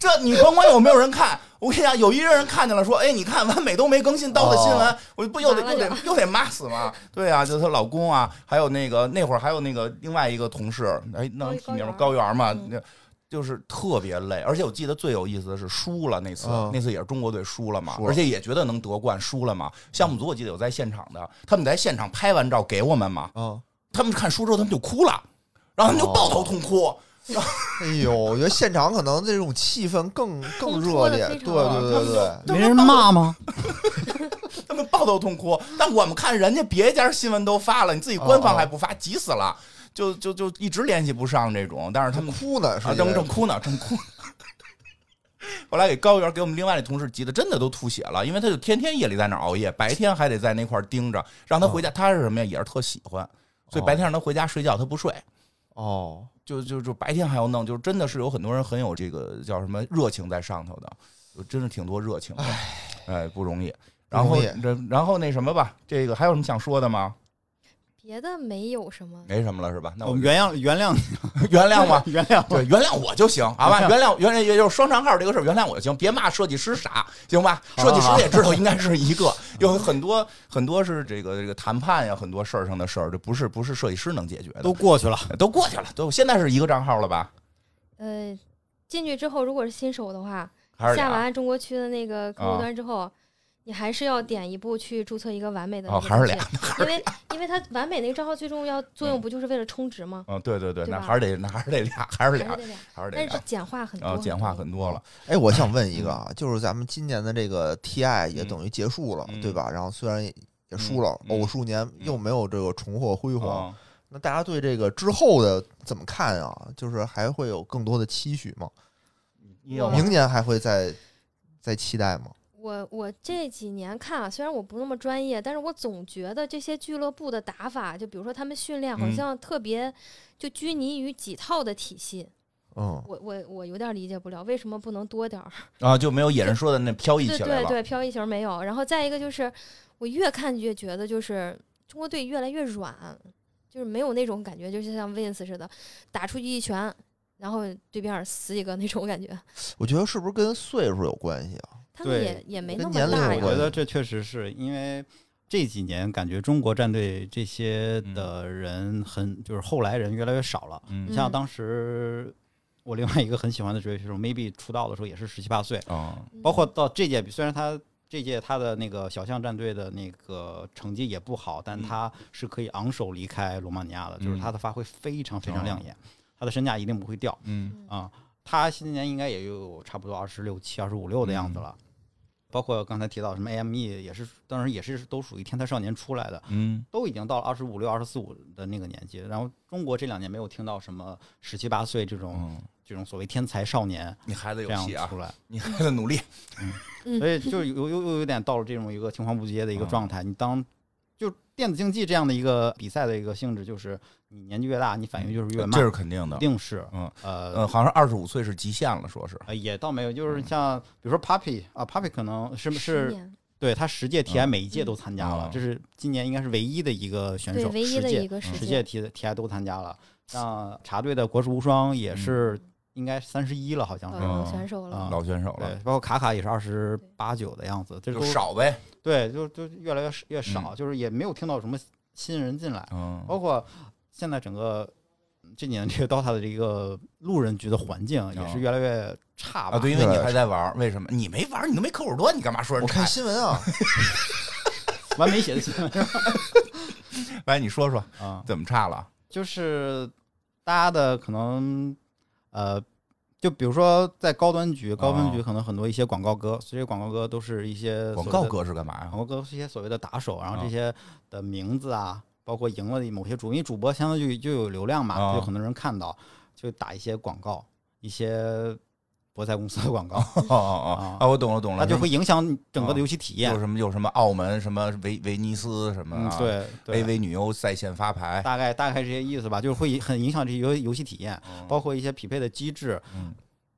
这你甭管有没有人看，我跟你讲，有一个人看见了，说：“哎，你看完美都没更新刀的新闻， 哦、 我不又得又得又得骂死吗？”对啊，就是她老公啊，还有那个那会儿还有那个另外一个同事，哎，那提名高原嘛，那、嗯、就是特别累。而且我记得最有意思的是输了那次，哦、那次也是中国队输了嘛，而且也觉得能得冠，输了嘛。项目组我记得有在现场的，他们在现场拍完照给我们嘛， 哦、 他们看输之后他们就哭了，然后他们就抱头痛哭。哦哎呦，我觉得现场可能这种气氛更更热烈，对对对对， 没人骂吗？ 他们抱头痛哭，但我们看人家别家新闻都发了，你自己官方还不发，急死了，就就就一直联系不上这种。但是他们哭呢，是正正哭呢，正哭呢。后来给高原给我们另外的同事急的真的都吐血了，因为他就天天夜里在那熬夜，白天还得在那块盯着，让他回家。他是什么呀？也是特喜欢，所以白天让他回家睡觉，他不睡。 哦。就就就白天还要弄，就真的是有很多人很有这个叫什么热情在上头的，就真是挺多热情的，哎，不容易。然后然后那什么吧，这个还有什么想说的吗？ 别的没有什么， 没什么了是吧？那我们原谅原谅原谅吗？ 原谅对，原谅我就行，好吧？原谅原谅也就是双账号这个事儿，原谅我就行，别骂设计师傻，行吧？设计师也知道应该是一个，有很多很多是这个这个谈判呀，很多事儿上的事儿，这不是不是设计师能解决的， 都过去了， 都过去了，都现在是一个账号了吧？ 呃，进去之后如果是新手的话， 下完中国区的那个客户端之后。哦你还是要点一步去注册一个完美的哦，还是俩， 因为因为它完美那个账号最重要作用不就是为了充值吗？ 嗯，对对对，那还是得那还是得俩，还是俩，还是得俩， 但是简化很多， 啊，简化很多了。 哎，我想问一个啊，就是咱们今年的这个 T I 也等于结束了，对吧？然后虽然也输了，偶数年又没有这个重获辉煌，那大家对这个之后的怎么看啊？就是还会有更多的期许吗？明年还会再再期待吗？ 我我这几年看啊，虽然我不那么专业，但是我总觉得这些俱乐部的打法，就比如说他们训练好像特别就拘泥于几套的体系。 嗯， 我我我有点理解不了，为什么不能多点儿啊？就没有野人说的那飘逸起来了。 对对对，飘逸型没有。然后再一个就是，我越看越觉得就是中国队越来越软，就是没有那种感觉，就是像 Vince 似的，打出去一拳，然后对面死几个那种感觉。 我觉得是不是跟岁数有关系啊？ 他们也也没那么大呀。 我觉得这确实是因为这几年感觉中国战队这些的人很就是后来人越来越少了。 嗯， 你像当时我另外一个很喜欢的职业选手 maybe 出道的时候也是十七八岁， 哦， 包括到这届虽然他这届他的那个小象战队的那个成绩也不好，但他是可以昂首离开罗马尼亚的，嗯，就是他的发挥非常非常亮眼，嗯，他的身价一定不会掉。 嗯啊，他今年应该也有差不多二十六七、二十五六的样子了。嗯，包括刚才提到什么 A M E 也是，当然也是都属于天才少年出来的， 嗯， 都已经到了二十五六、二十四五的那个年纪。然后中国这两年没有听到什么十七八岁这种、嗯、这种所谓天才少年， 你孩子有戏啊， 出来， 你孩子努力， 嗯，所以就有有有有点到了这种一个青黄不接的一个状态。嗯、你当就电子竞技这样的一个比赛的一个性质，就是你年纪越大，你反应就是越慢， 这是肯定的， 一定是， 嗯呃呃，好像二十五岁是极限了，说是， 呃，也倒没有，就是像比如说 Papi 啊 ，Papi 可能是是，对他十届 T I 每一届都参加了， 嗯、 这是今年应该是唯一的一个选手， 唯一的一个十届 T T I 都参加了。像茶队的国士无双也是应该三十一了，好像是老选手了， 嗯、 老选手了， 对，包括卡卡也是二十八九的样子，这就少呗， 对，就就越来越越少，嗯、就是也没有听到什么新人进来， 嗯， 包括现在整个这几年这个 D O T A 的这个路人局的环境也是越来越差吧？ 啊，对，因为你还在玩，为什么？你没玩，你都没客户端，你干嘛说人差？ 我看新闻啊， 完美写的新闻。 来，你说说啊， 怎么差了？ 就是大家的可能呃。就比如说在高端局，高端局可能很多一些广告歌，这些广告歌都是一些广告歌是干嘛呀？ 广告歌是一些所谓的打手，然后这些的名字啊，包括赢了的某些主，因为主播相当于就有流量嘛，就有很多人看到，就打一些广告，一些博彩公司的广告。 哦哦哦啊，我懂了懂了， 它就会影响整个的游戏体验。 有什么有什么澳门什么威威尼斯什么、啊嗯、对对 A V 女优在线发牌， 大概大概这些意思吧，就是会很影响这游游戏体验， 嗯、 包括一些匹配的机制。 嗯，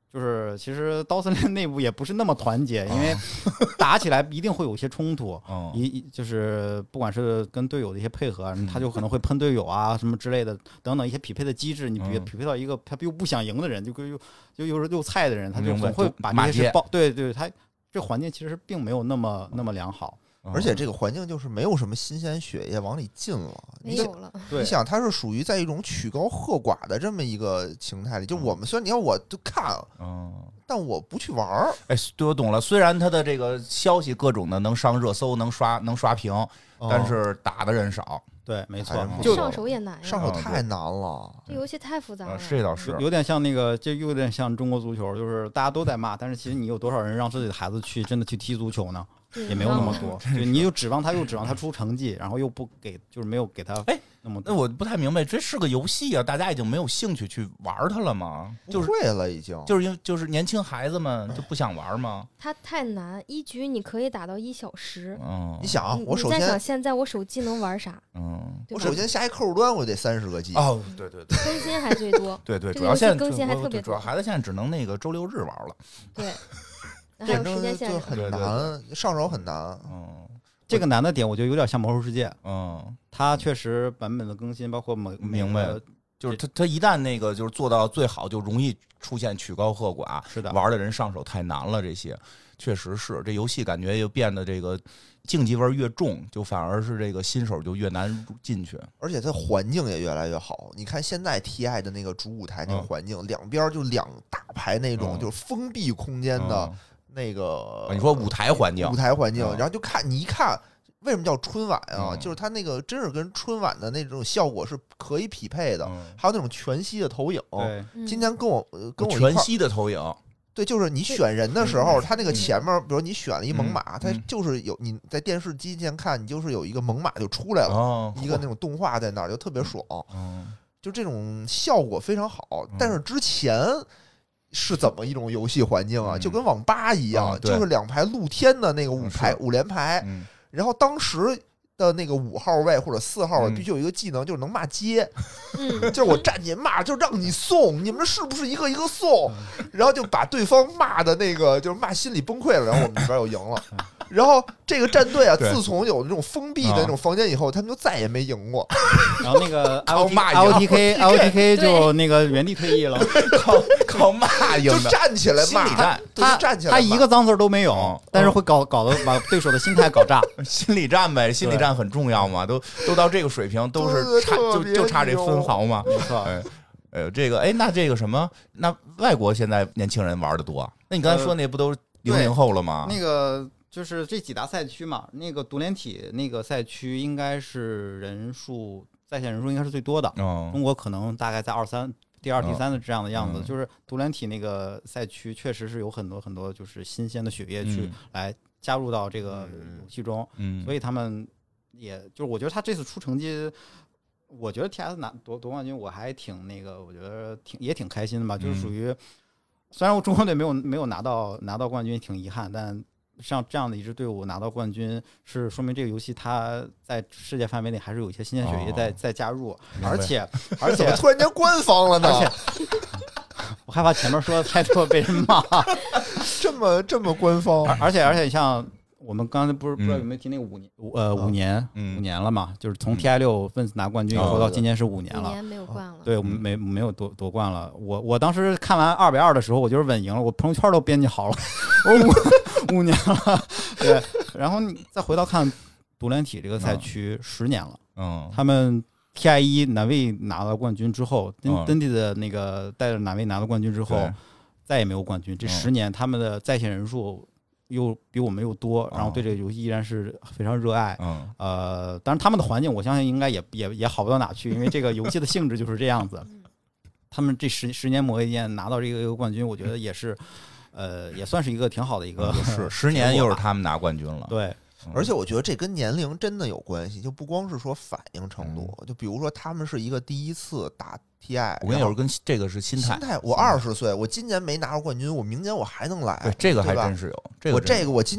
就是其实刀森林内部也不是那么团结，因为打起来一定会有一些冲突， 嗯一就是不管是跟队友的一些配合，他就可能会喷队友啊什么之类的等等一些匹配的机制，你比嗯匹配到一个他又不想赢的人，就又又又是又菜的人，他就明白总会把这骂街些事爆，对对，他这环境其实并没有那么那么良好。 而且这个环境就是没有什么新鲜血液往里进了，你没有了。 对你想，它是属于在一种曲高和寡的这么一个形态里。就我们虽然你看，我就看， 嗯， 但我不去玩儿。 哎，对，我懂了。虽然他的这个消息各种的能上热搜，能刷能刷屏， 哦但是打的人少。 对，没错还是，不就上手也难呀， 上手太难了。 这游戏太复杂啊， 了。 这倒是有有点像那个，就有点像中国足球，就是大家都在骂，但是其实你有多少人让自己的孩子去真的去踢足球呢？ 对也没有那么多，对，你又指望他，又指望他出成绩，然后又不给，就是没有给他哎那么那我不太明白，这是个游戏啊，大家已经没有兴趣去玩它了吗？就是不会了，已经就是因为就是年轻孩子们就不想玩吗？ 它太难，一局你可以打到一小时。 嗯， 你想啊你，你在我首先想现在我手机能玩啥？ 嗯， 对吧我首先下一客户端，我得三十个 G。 哦，对对对更新还最多， 对对， 这个游戏主要现在更新还特别主要多孩子现在只能那个周六日玩了。 对，还有反正时间限制。 就很对对难，上手很难。 嗯这个难的点，我觉得有点像魔兽世界， 嗯， 它确实版本的更新，包括每明白每个就是他他一旦那个就是做到最好，就容易出现曲高和寡， 是的玩的人上手太难了。这些确实是这游戏感觉又变得这个竞技味儿越重，就反而是这个新手就越难进去。 而且它环境也越来越好。你看现在 T I 的那个主舞台那个嗯环境，两边就两大排那种嗯就是封闭空间的嗯那个啊，你说舞台环境， 舞台环境， 嗯然后就看你一看。为什么叫春晚啊？ 嗯就是它那个真是跟春晚的那种效果是可以匹配的， 嗯还有那种全息的投影。 对， 嗯今天跟我呃跟我一块全儿息的投影， 对，就是你选人的时候，它那个嗯前面，比如你选了一猛犸，它嗯就是有你在电视机前看，你就是有一个猛犸就出来了， 哦， 一个那种动画在那儿，就特别爽， 嗯就这种效果非常好嗯。 但是之前是怎么一种游戏环境啊？ 嗯就跟网吧一样， 啊对就是两排露天的那个五嗯排是五连排， 嗯然后当时的那个五号位或者四号位嗯必须有一个技能，就是能骂街， 嗯， 就是我站起来骂，就让你送，你们是不是一个一个送？然后就把对方骂的那个，就是骂心理崩溃了，然后我们这边又赢了。然后这个战队啊， 对自从有这种封闭的那种房间以后，他们就再也没赢过。 然后那个 I 靠 O T 骂 I O T 赢 K I O T K 就那个原地退役了， 靠靠骂赢就的， 站起来骂， 心理战对他就站起来骂， 他一个脏字儿都没有嗯， 但是会搞搞得把对手的心态搞炸。 心理战呗，心理战很重要嘛，都都到这个水平，都是差就特别就差这分毫嘛。 没错， 哎，哎呦，这个哎，那这个什么，那外国现在年轻人玩的多？那你刚才说那不都零零后了吗？ 那个就是这几大赛区嘛，那个独联体那个赛区应该是人数在线人数应该是最多的， 嗯中国可能大概在二三。第二、第三的这样的样子， 嗯就是独联体那个赛区，确实是有很多很多就是新鲜的血液去嗯来加入到这个游戏中， 嗯， 所以他们也就是我觉得他这次出成绩，我觉得 T S 拿夺夺冠军，我还挺那个，我觉得挺也挺开心的吧，就是属于虽然我中国队没有没有拿到拿到冠军，挺遗憾，但像这样的一支队伍拿到冠军，是说明这个游戏它在世界范围内还是有一些新鲜血液在、 哦在加入， 白而且而怎么且突然间官方了呢？ 而且我害怕前面说的太多被人骂， 这么这么官方而而且而且像我们刚才不是不知道有没有提那个五年五呃五年嗯五年了嘛，就是从 T I 六分拿冠军以后哦到今年是五年了。 五年没有冠了。 对，我们没没有夺夺冠了。我我当时看完二比二的时候，我就是稳赢了，我朋友圈都编辑好了，我说五五年了。对，然后你再回到看独联体这个赛区，十年了。 嗯他们 T I 一哪位拿了冠军之后， 嗯登登地的那个带着哪位拿了冠军之后对， 再也没有冠军。这嗯十年他们的在线人数又比我们又多，然后对这个游戏依然是非常热爱。 嗯呃，当然他们的环境，我相信应该也也也好不到哪去，因为这个游戏的性质就是这样子。他们这十十年磨一剑拿到这个一个冠军，我觉得也是，呃，也算是一个挺好的一个是十年又是他们拿冠军了。 对， 而且我觉得这跟年龄真的有关系，就不光是说反应程度，就比如说他们是一个第一次打 T I， 我跟你说，跟这个是心态。 心态，我二十岁，我今年没拿过冠军，我明年我还能来。 对，这个还对吧真是有。这个我真是这个我今年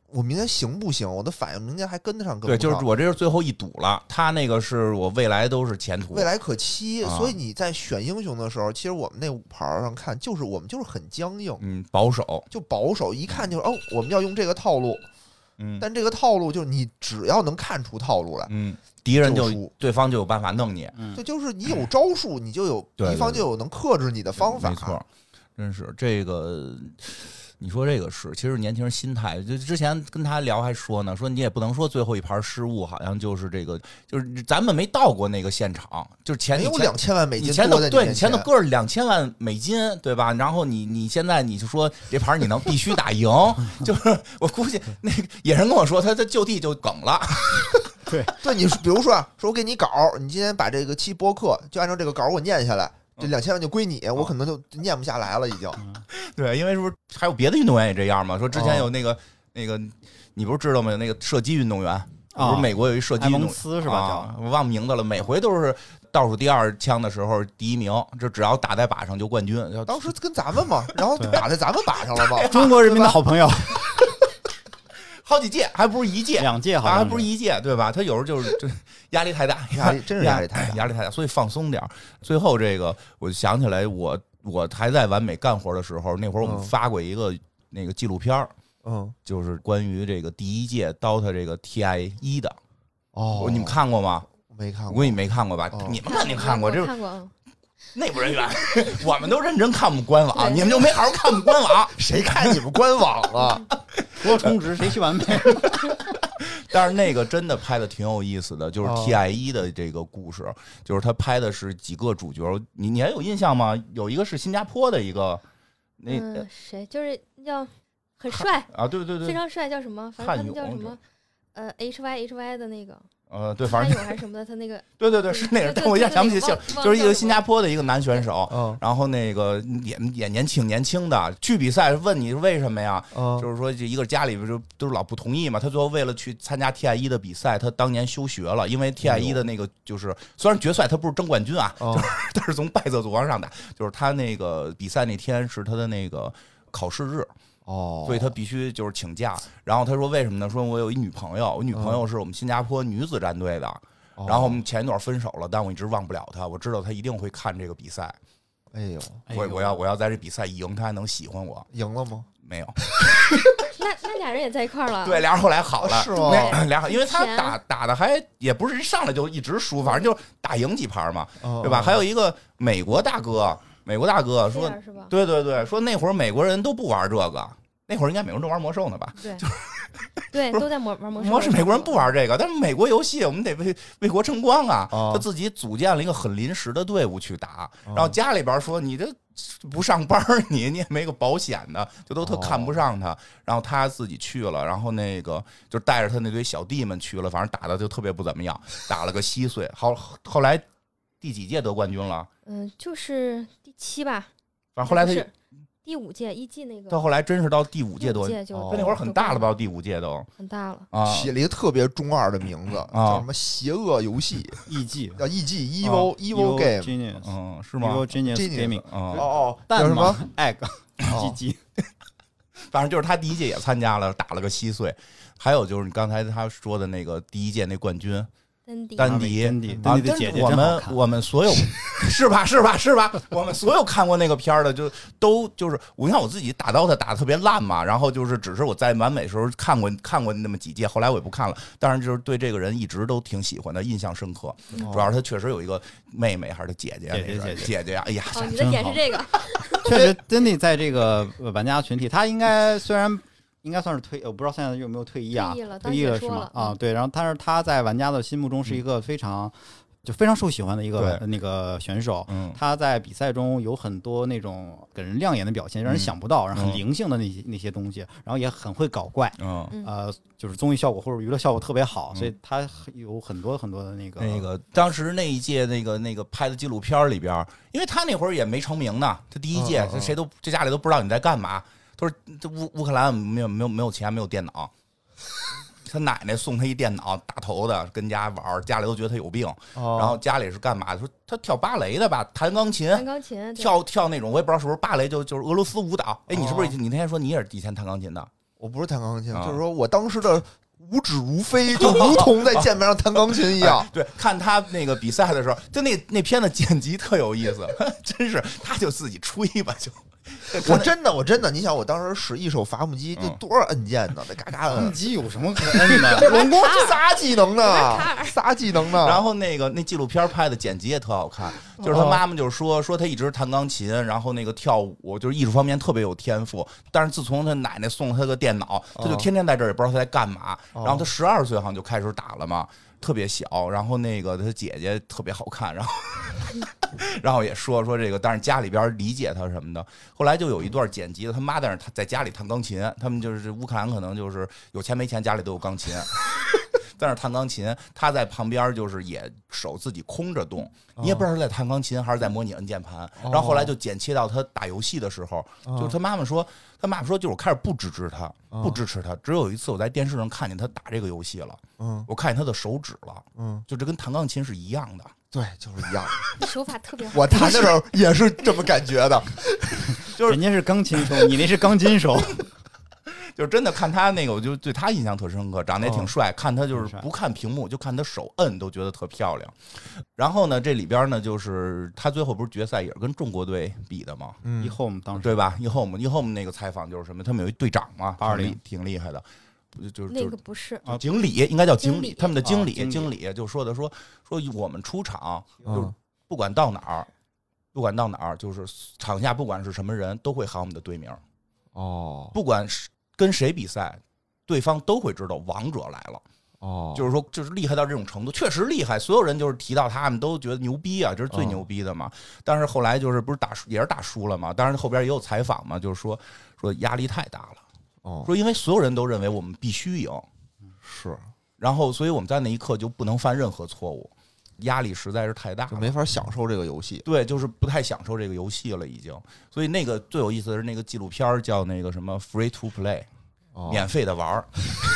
我明天行不行？我的反应明天还跟得上跟不对， 上？ 就是我这是最后一赌了，他那个是我未来都是前途， 未来可期。 啊所以你在选英雄的时候，其实我们那五牌上看，就是我们就是很僵硬， 嗯保守， 就保守，一看就是哦，我们要用这个套路。 嗯但这个套路就是你只要能看出套路来， 嗯，敌人就就输对方就有办法弄你， 嗯这就是你有招数，你就有对对敌方就有能克制你的方法。 没错，真是这个。你说这个是，其实年轻人心态，就之前跟他聊还说呢，说你也不能说最后一盘失误，好像就是这个，就是咱们没到过那个现场，就是前没有前两千万美金你前头多在你面对你前头前搁着两千万美金，对吧？然后你你现在你就说这盘你能必须打赢，就是我估计那个野人跟我说，他他就地就梗了。 对对，你比如说啊，说我给你稿，你今天把这个期播客就按照这个稿给我念下来，这两千万就归你，我可能就念不下来了，已经。 对，因为是不是还有别的运动员也这样嘛？说之前有那个、那个，你不是知道吗？有那个射击运动员， 啊不是美国有一射击运动员埃蒙斯是吧啊我忘名字了，每回都是倒数第二枪的时候第一名，这只要打在靶上就冠军。要当时跟咱们嘛，然后打在咱们靶上了嘛。 中国人民的好朋友， 好几届，还不是一届， 两届好像啊还不是一届，对吧？他有时候就是就压力太大， 压力真是压力太大压力太大，所以放松点儿。最后这个，我就想起来我。我还在完美干活的时候，那会儿我们发过一个那个纪录片儿， 嗯， 就是关于这个第一届 D O T A 这个 T I 一的。 哦， 你们看过吗？ 没看过， 我估计你没看过吧？ 哦你们肯定看过，这是看过。 内部人员，我们都认真看我们官网，你们就没好好看我们官网。 谁看你们官网啊？ 多充值谁去完美？ 但是那个真的拍的挺有意思的，就是 T I 一的这个故事，就是他拍的是几个主角，你你还有印象吗？有一个是新加坡的一个，那、 嗯，谁就是叫很帅啊，对对对， 非常帅，叫什么？反正他汉勇叫什么？呃，H Y H Y 的那个。 呃，对，反正有还是什么的，他那个对对对是那个，但我一下想不起姓，就是一个新加坡的一个男选手， 嗯， 然后那个也也年轻年轻的去比赛，问你为什么呀？ 嗯， 就是说这一个家里边就都是老不同意嘛，他最后为了去参加 T I 一的比赛，他当年休学了，因为 T I 一的那个就是虽然决赛他不是争冠军啊，就是他是从败者组往上打，就是他那个比赛那天是他的那个考试日。 哦， 所以他必须就是请假。然后他说为什么呢？说我有一女朋友，我女朋友是我们新加坡女子战队的。然后我们前一段分手了，但我一直忘不了她。我知道她一定会看这个比赛。 哎呦， 我我要我要在这比赛一赢，她还能喜欢我。 赢了吗？ 没有。 那那俩人也在一块儿了。 对，俩人后来好了， 是吗？ 那俩，因为他打打的还也不是一上来就一直输，反正就打赢几盘嘛，对吧？还有一个美国大哥，美国大哥说，对对对，说那会儿美国人都不玩这个。那会儿应该美国人都玩魔兽呢吧？ 对，对，都在玩玩魔兽。 魔兽美国人不玩这个，但是美国游戏我们得为为国争光啊！ 哦、 他自己组建了一个很临时的队伍去打，然后家里边说你这不上班，你你也没个保险的，就都特看不上他。然后他自己去了，然后那个就带着他那堆小弟们去了，反正打的就特别不怎么样，打了个稀碎。后后来第几届得冠军了？ 嗯，就是第七吧。 反正后来他。 第五届一季那个， 到后来真是到第五届都， 届就他那会儿很大了吧？第五届都很大了啊， 起了一个特别中二的名字， 啊、 叫什么邪恶游戏 E G 叫 E G Evil Evil Game， 嗯，是吗 ？Evil Genius Gaming， 哦哦， 叫什么 egg G G， 反正就是他第一届也参加了，打了个稀碎。还有就是你刚才他说的那个第一届那冠军。 丹迪， 丹迪， 丹迪， 丹迪的姐姐我们我们所有是吧是吧是吧？我们所有看过那个片儿的，就都就是我看我自己打刀他打的特别烂嘛，然后就是只是我在完美的时候看过看过那么几届，后来我也不看了。但是就是对这个人一直都挺喜欢的，印象深刻。 嗯、 主要是他确实有一个妹妹还是他姐姐， 姐姐姐姐姐呀，哎呀， 哦，你的点是这个。 确实，丹迪在这个玩家群体，他应该虽然。应该算是退，我不知道现在有没有退役啊？ 退役了， 退役了是吗？啊，对。然后，但是他在玩家的心目中是一个非常、嗯、就非常受喜欢的一个那个选手。 嗯， 他在比赛中有很多那种给人亮眼的表现，让人想不到，然后很灵性的那些、嗯、那些东西，然后也很会搞怪。 嗯， 呃，就是综艺效果或者娱乐效果特别好，所以他有很多很多的那个那个当时那一届那个那个拍的纪录片里边，因为他那会儿也没成名呢，他第一届， 嗯嗯谁都这家里都不知道你在干嘛。他说：“这乌乌克兰没有没有没有钱，没有电脑。他奶奶送他一电脑，大头的，跟家玩，家里都觉得他有病。 哦、 然后家里是干嘛的？说他跳芭蕾的吧，弹钢琴， 弹钢琴， 跳跳那种我也不知道是不是芭蕾，就就是俄罗斯舞蹈。哎，你是不是、哦、你那天说你也是以前弹钢琴的？ 我不是弹钢琴， 啊就是说我当时的无指如飞，就如同在键盘上弹钢琴一样。 哎对，看他那个比赛的时候，就那那片子剪辑特有意思，真是他就自己吹吧就。 我真的，我真的，你想，我当时使一手伐木机，这嗯多少按键呢？那嘎嘎摁摁， 机有什么可摁的？ 龙光仨技能呢，仨技能呢。 然后那个那纪录片拍的剪辑也特好看，就是他妈妈就是说说他一直弹钢琴，然后那个跳舞，就是艺术方面特别有天赋。但是自从他奶奶送了他个电脑，他就天天在这儿也不知道他在干嘛。然后他十二岁好像就开始打了嘛。特别小，然后那个他姐姐特别好看，然后然后也说说这个，但是家里边理解他什么的。后来就有一段剪辑的，他妈在那他在家里弹钢琴，他们就是乌克兰可能就是有钱没钱家里都有钢琴，在那弹钢琴，他在旁边就是也手自己空着动，你也不知道是在弹钢琴还是在模拟摁键盘。然后后来就剪切到他打游戏的时候，就是他妈妈说，他妈妈说就是我开始不支持他，不支持他。只有一次我在电视上看见他打这个游戏了， 嗯， 我看见他的手指了， 嗯， 就这跟弹钢琴是一样的。 对，就是一样。 手法特别好。 我弹的时候也是这么感觉的， 就是人家是钢琴手，你那是钢筋手。 就是真的看他那个，我就对他印象特深刻，长得也挺帅。看他就是不看屏幕，就看他手摁都觉得特漂亮。然后呢，这里边呢，就是他最后不是决赛也是跟中国队比的吗？ 嗯以后我们当时对吧？以后我们以后我们那个采访就是什么？他们有一队长嘛， 八二零挺厉挺厉害的，就是那个不是， 就经理应该叫经经理他们的经理啊经理经理就说的说说我们出场嗯就是不管到哪儿，不管到哪儿，就是场下不管是什么人都会喊我们的队名， 哦不管是跟谁比赛。对方都会知道王者来了， 哦， 就是说，就是厉害到这种程度，确实厉害。所有人就是提到他们都觉得牛逼啊，这是最牛逼的嘛。但是后来就是不是打输也是打输了嘛？当然后边也有采访嘛，就是说说压力太大了， 哦， 说因为所有人都认为我们必须赢， 是然后所以我们在那一刻就不能犯任何错误，压力实在是太大了， 就没法享受这个游戏。 对，就是不太享受这个游戏了已经。所以那个最有意思的是那个纪录片叫那个什么 Free to Play。 哦免费的玩儿，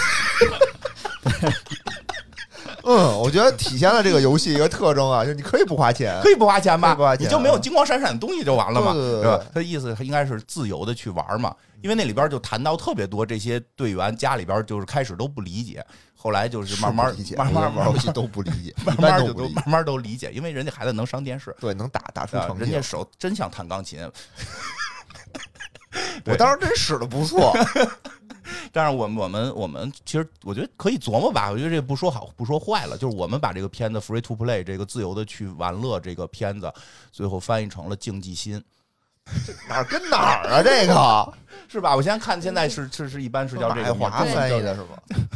嗯，我觉得体现了这个游戏一个特征啊，就是你可以不花钱， 可以不花钱吧？ 可以不花钱你就没有金光闪闪的东西就完了嘛， 对对对对吧？他的意思应该是自由的去玩嘛，因为那里边就谈到特别多这些队员家里边就是开始都不理解，后来就是慢慢是不理解慢慢玩游戏都不理解， 慢一般慢就都不理解。 都慢慢都理解，因为人家孩子能上电视， 对，能打打出啊成绩人家。手真像弹钢琴， 我当时真使的不错， 但是我们我们我们其实我觉得可以琢磨吧，我觉得这不说好不说坏了，就是我们把这个片子 Free to Play 这个自由的去玩乐这个片子，最后翻译成了竞技心， 哪儿跟哪儿啊？这个是吧？我现在看现在是是是一般是叫这个名马爱华字翻译的是吧？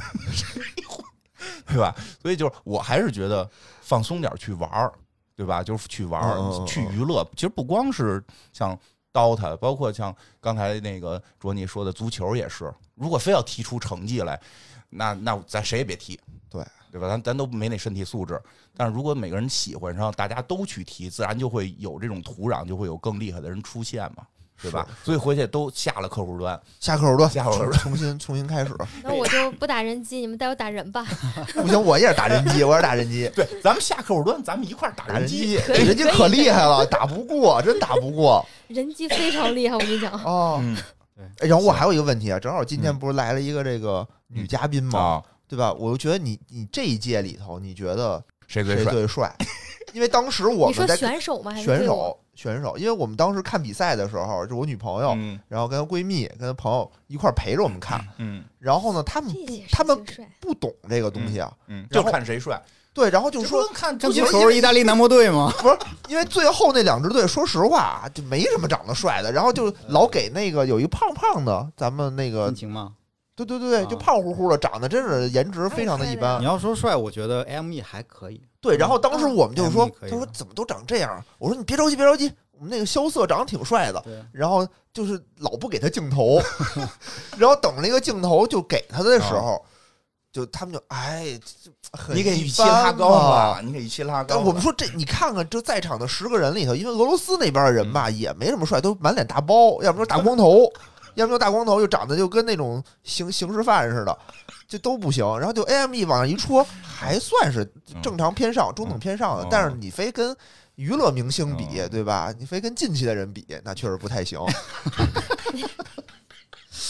对吧？所以就是我还是觉得放松点去玩儿，对吧？就是去玩儿、 嗯嗯嗯去娱乐。其实不光是像 DOTA， 包括像刚才那个卓尼说的足球也是。如果非要踢出成绩来，那那咱谁也别踢， 对对吧？咱咱都没那身体素质。但是如果每个人喜欢上，大家都去踢，自然就会有这种土壤，就会有更厉害的人出现嘛。对吧？所以回去都下了客户端， 下客户端， 下客户端重新重新开始。 那我就不打人机，你们带我打人吧。 不行，我也是打人机，我也是打人机， 对，咱们下客户端，咱们一块儿打打人机。 机， 可以人机可厉害了，打不过，真打不过。 人机非常厉害，我跟你讲。 哦， 嗯， 哎，然后我还有一个问题啊，正好今天不是来了一个这个女嘉宾吗？ 啊， 对吧？我就觉得你你这一届里头，你觉得谁谁最帅？ 最帅？因为当时我你说们在选手吗？还是选队伍？ 手选手，因为我们当时看比赛的时候，是我女朋友， 嗯然后跟她闺蜜、跟她朋友一块儿陪着我们看。 嗯然后呢，他们不这也是他们最帅不懂这个东西啊， 嗯，就然后看谁帅。 对，然后就就说跟看这足球不球是意大利男模队吗？ 不是，因为最后那两支队，说实话啊就没什么长得帅的，然后就老给那个有一胖胖的，咱们那个心情吗？ 对对对对， 啊就胖乎乎的，长得真是颜值非常的一你般。 要说帅，我觉得 M E 还可以。 对，然后当时我们就说嗯，可以他说怎么都长这样？我说你别着急，别着急，我们那个萧瑟长得挺帅的。 对， 然后就是老不给他镜头，然后等那个镜头就给他的时候，就他们就哎，这很你给预期一般拉高嘛了，你给预期拉高但了。 我们说这，你看看这在场的十个人里头，因为俄罗斯那边的人吧，也没什么帅，都满脸大包，要不就大光头，要不就大光头，就长得就跟那种刑刑事犯似的，这都不行。然后就 A M E 往上一戳，还算是正常偏上、中等偏上的嗯， 但是你非跟娱乐明星比， 嗯对吧？你非跟进去的人比，那确实不太行。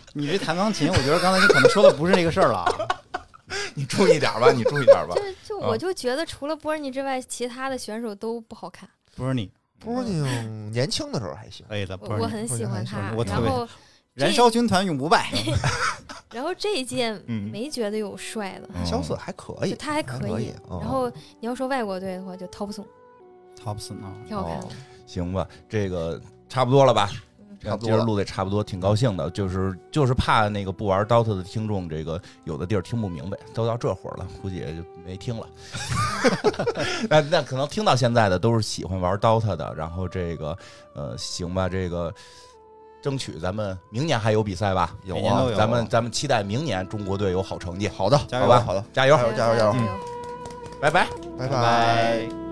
你这弹钢琴，我觉得刚才你可能说的不是那个事儿了啊。 你注意点吧，你注意点吧。 就就我就觉得除了波尔尼之外，其他的选手都不好看。 不是你， 不是你年轻的时候还行， 可以的，不我我是你。 很喜欢他， 我特别然后燃烧军团永不败。 然后这一届嗯没觉得有帅的， 嗯萧瑟还可以， 就他还可可以。 嗯然后你要说外国队的话，就 Thompson Thompson 啊， 挺好看的哦。 行吧，这个差不多了吧？ 差不多了今儿录的也差不多，挺高兴的。就是就是怕那个不玩 D O T A 的听众，这个有的地儿听不明白，都到这会儿了，估计也就没听了。那那可能听到现在的都是喜欢玩 D O T A 的，然后这个呃行吧，这个争取咱们明年还有比赛吧？ 有啊每年都有咱们咱们期待明年中国队有好成绩。 好的， 加油好吧， 好的， 加油， 加油加油加油加油！ 拜拜。 拜拜拜。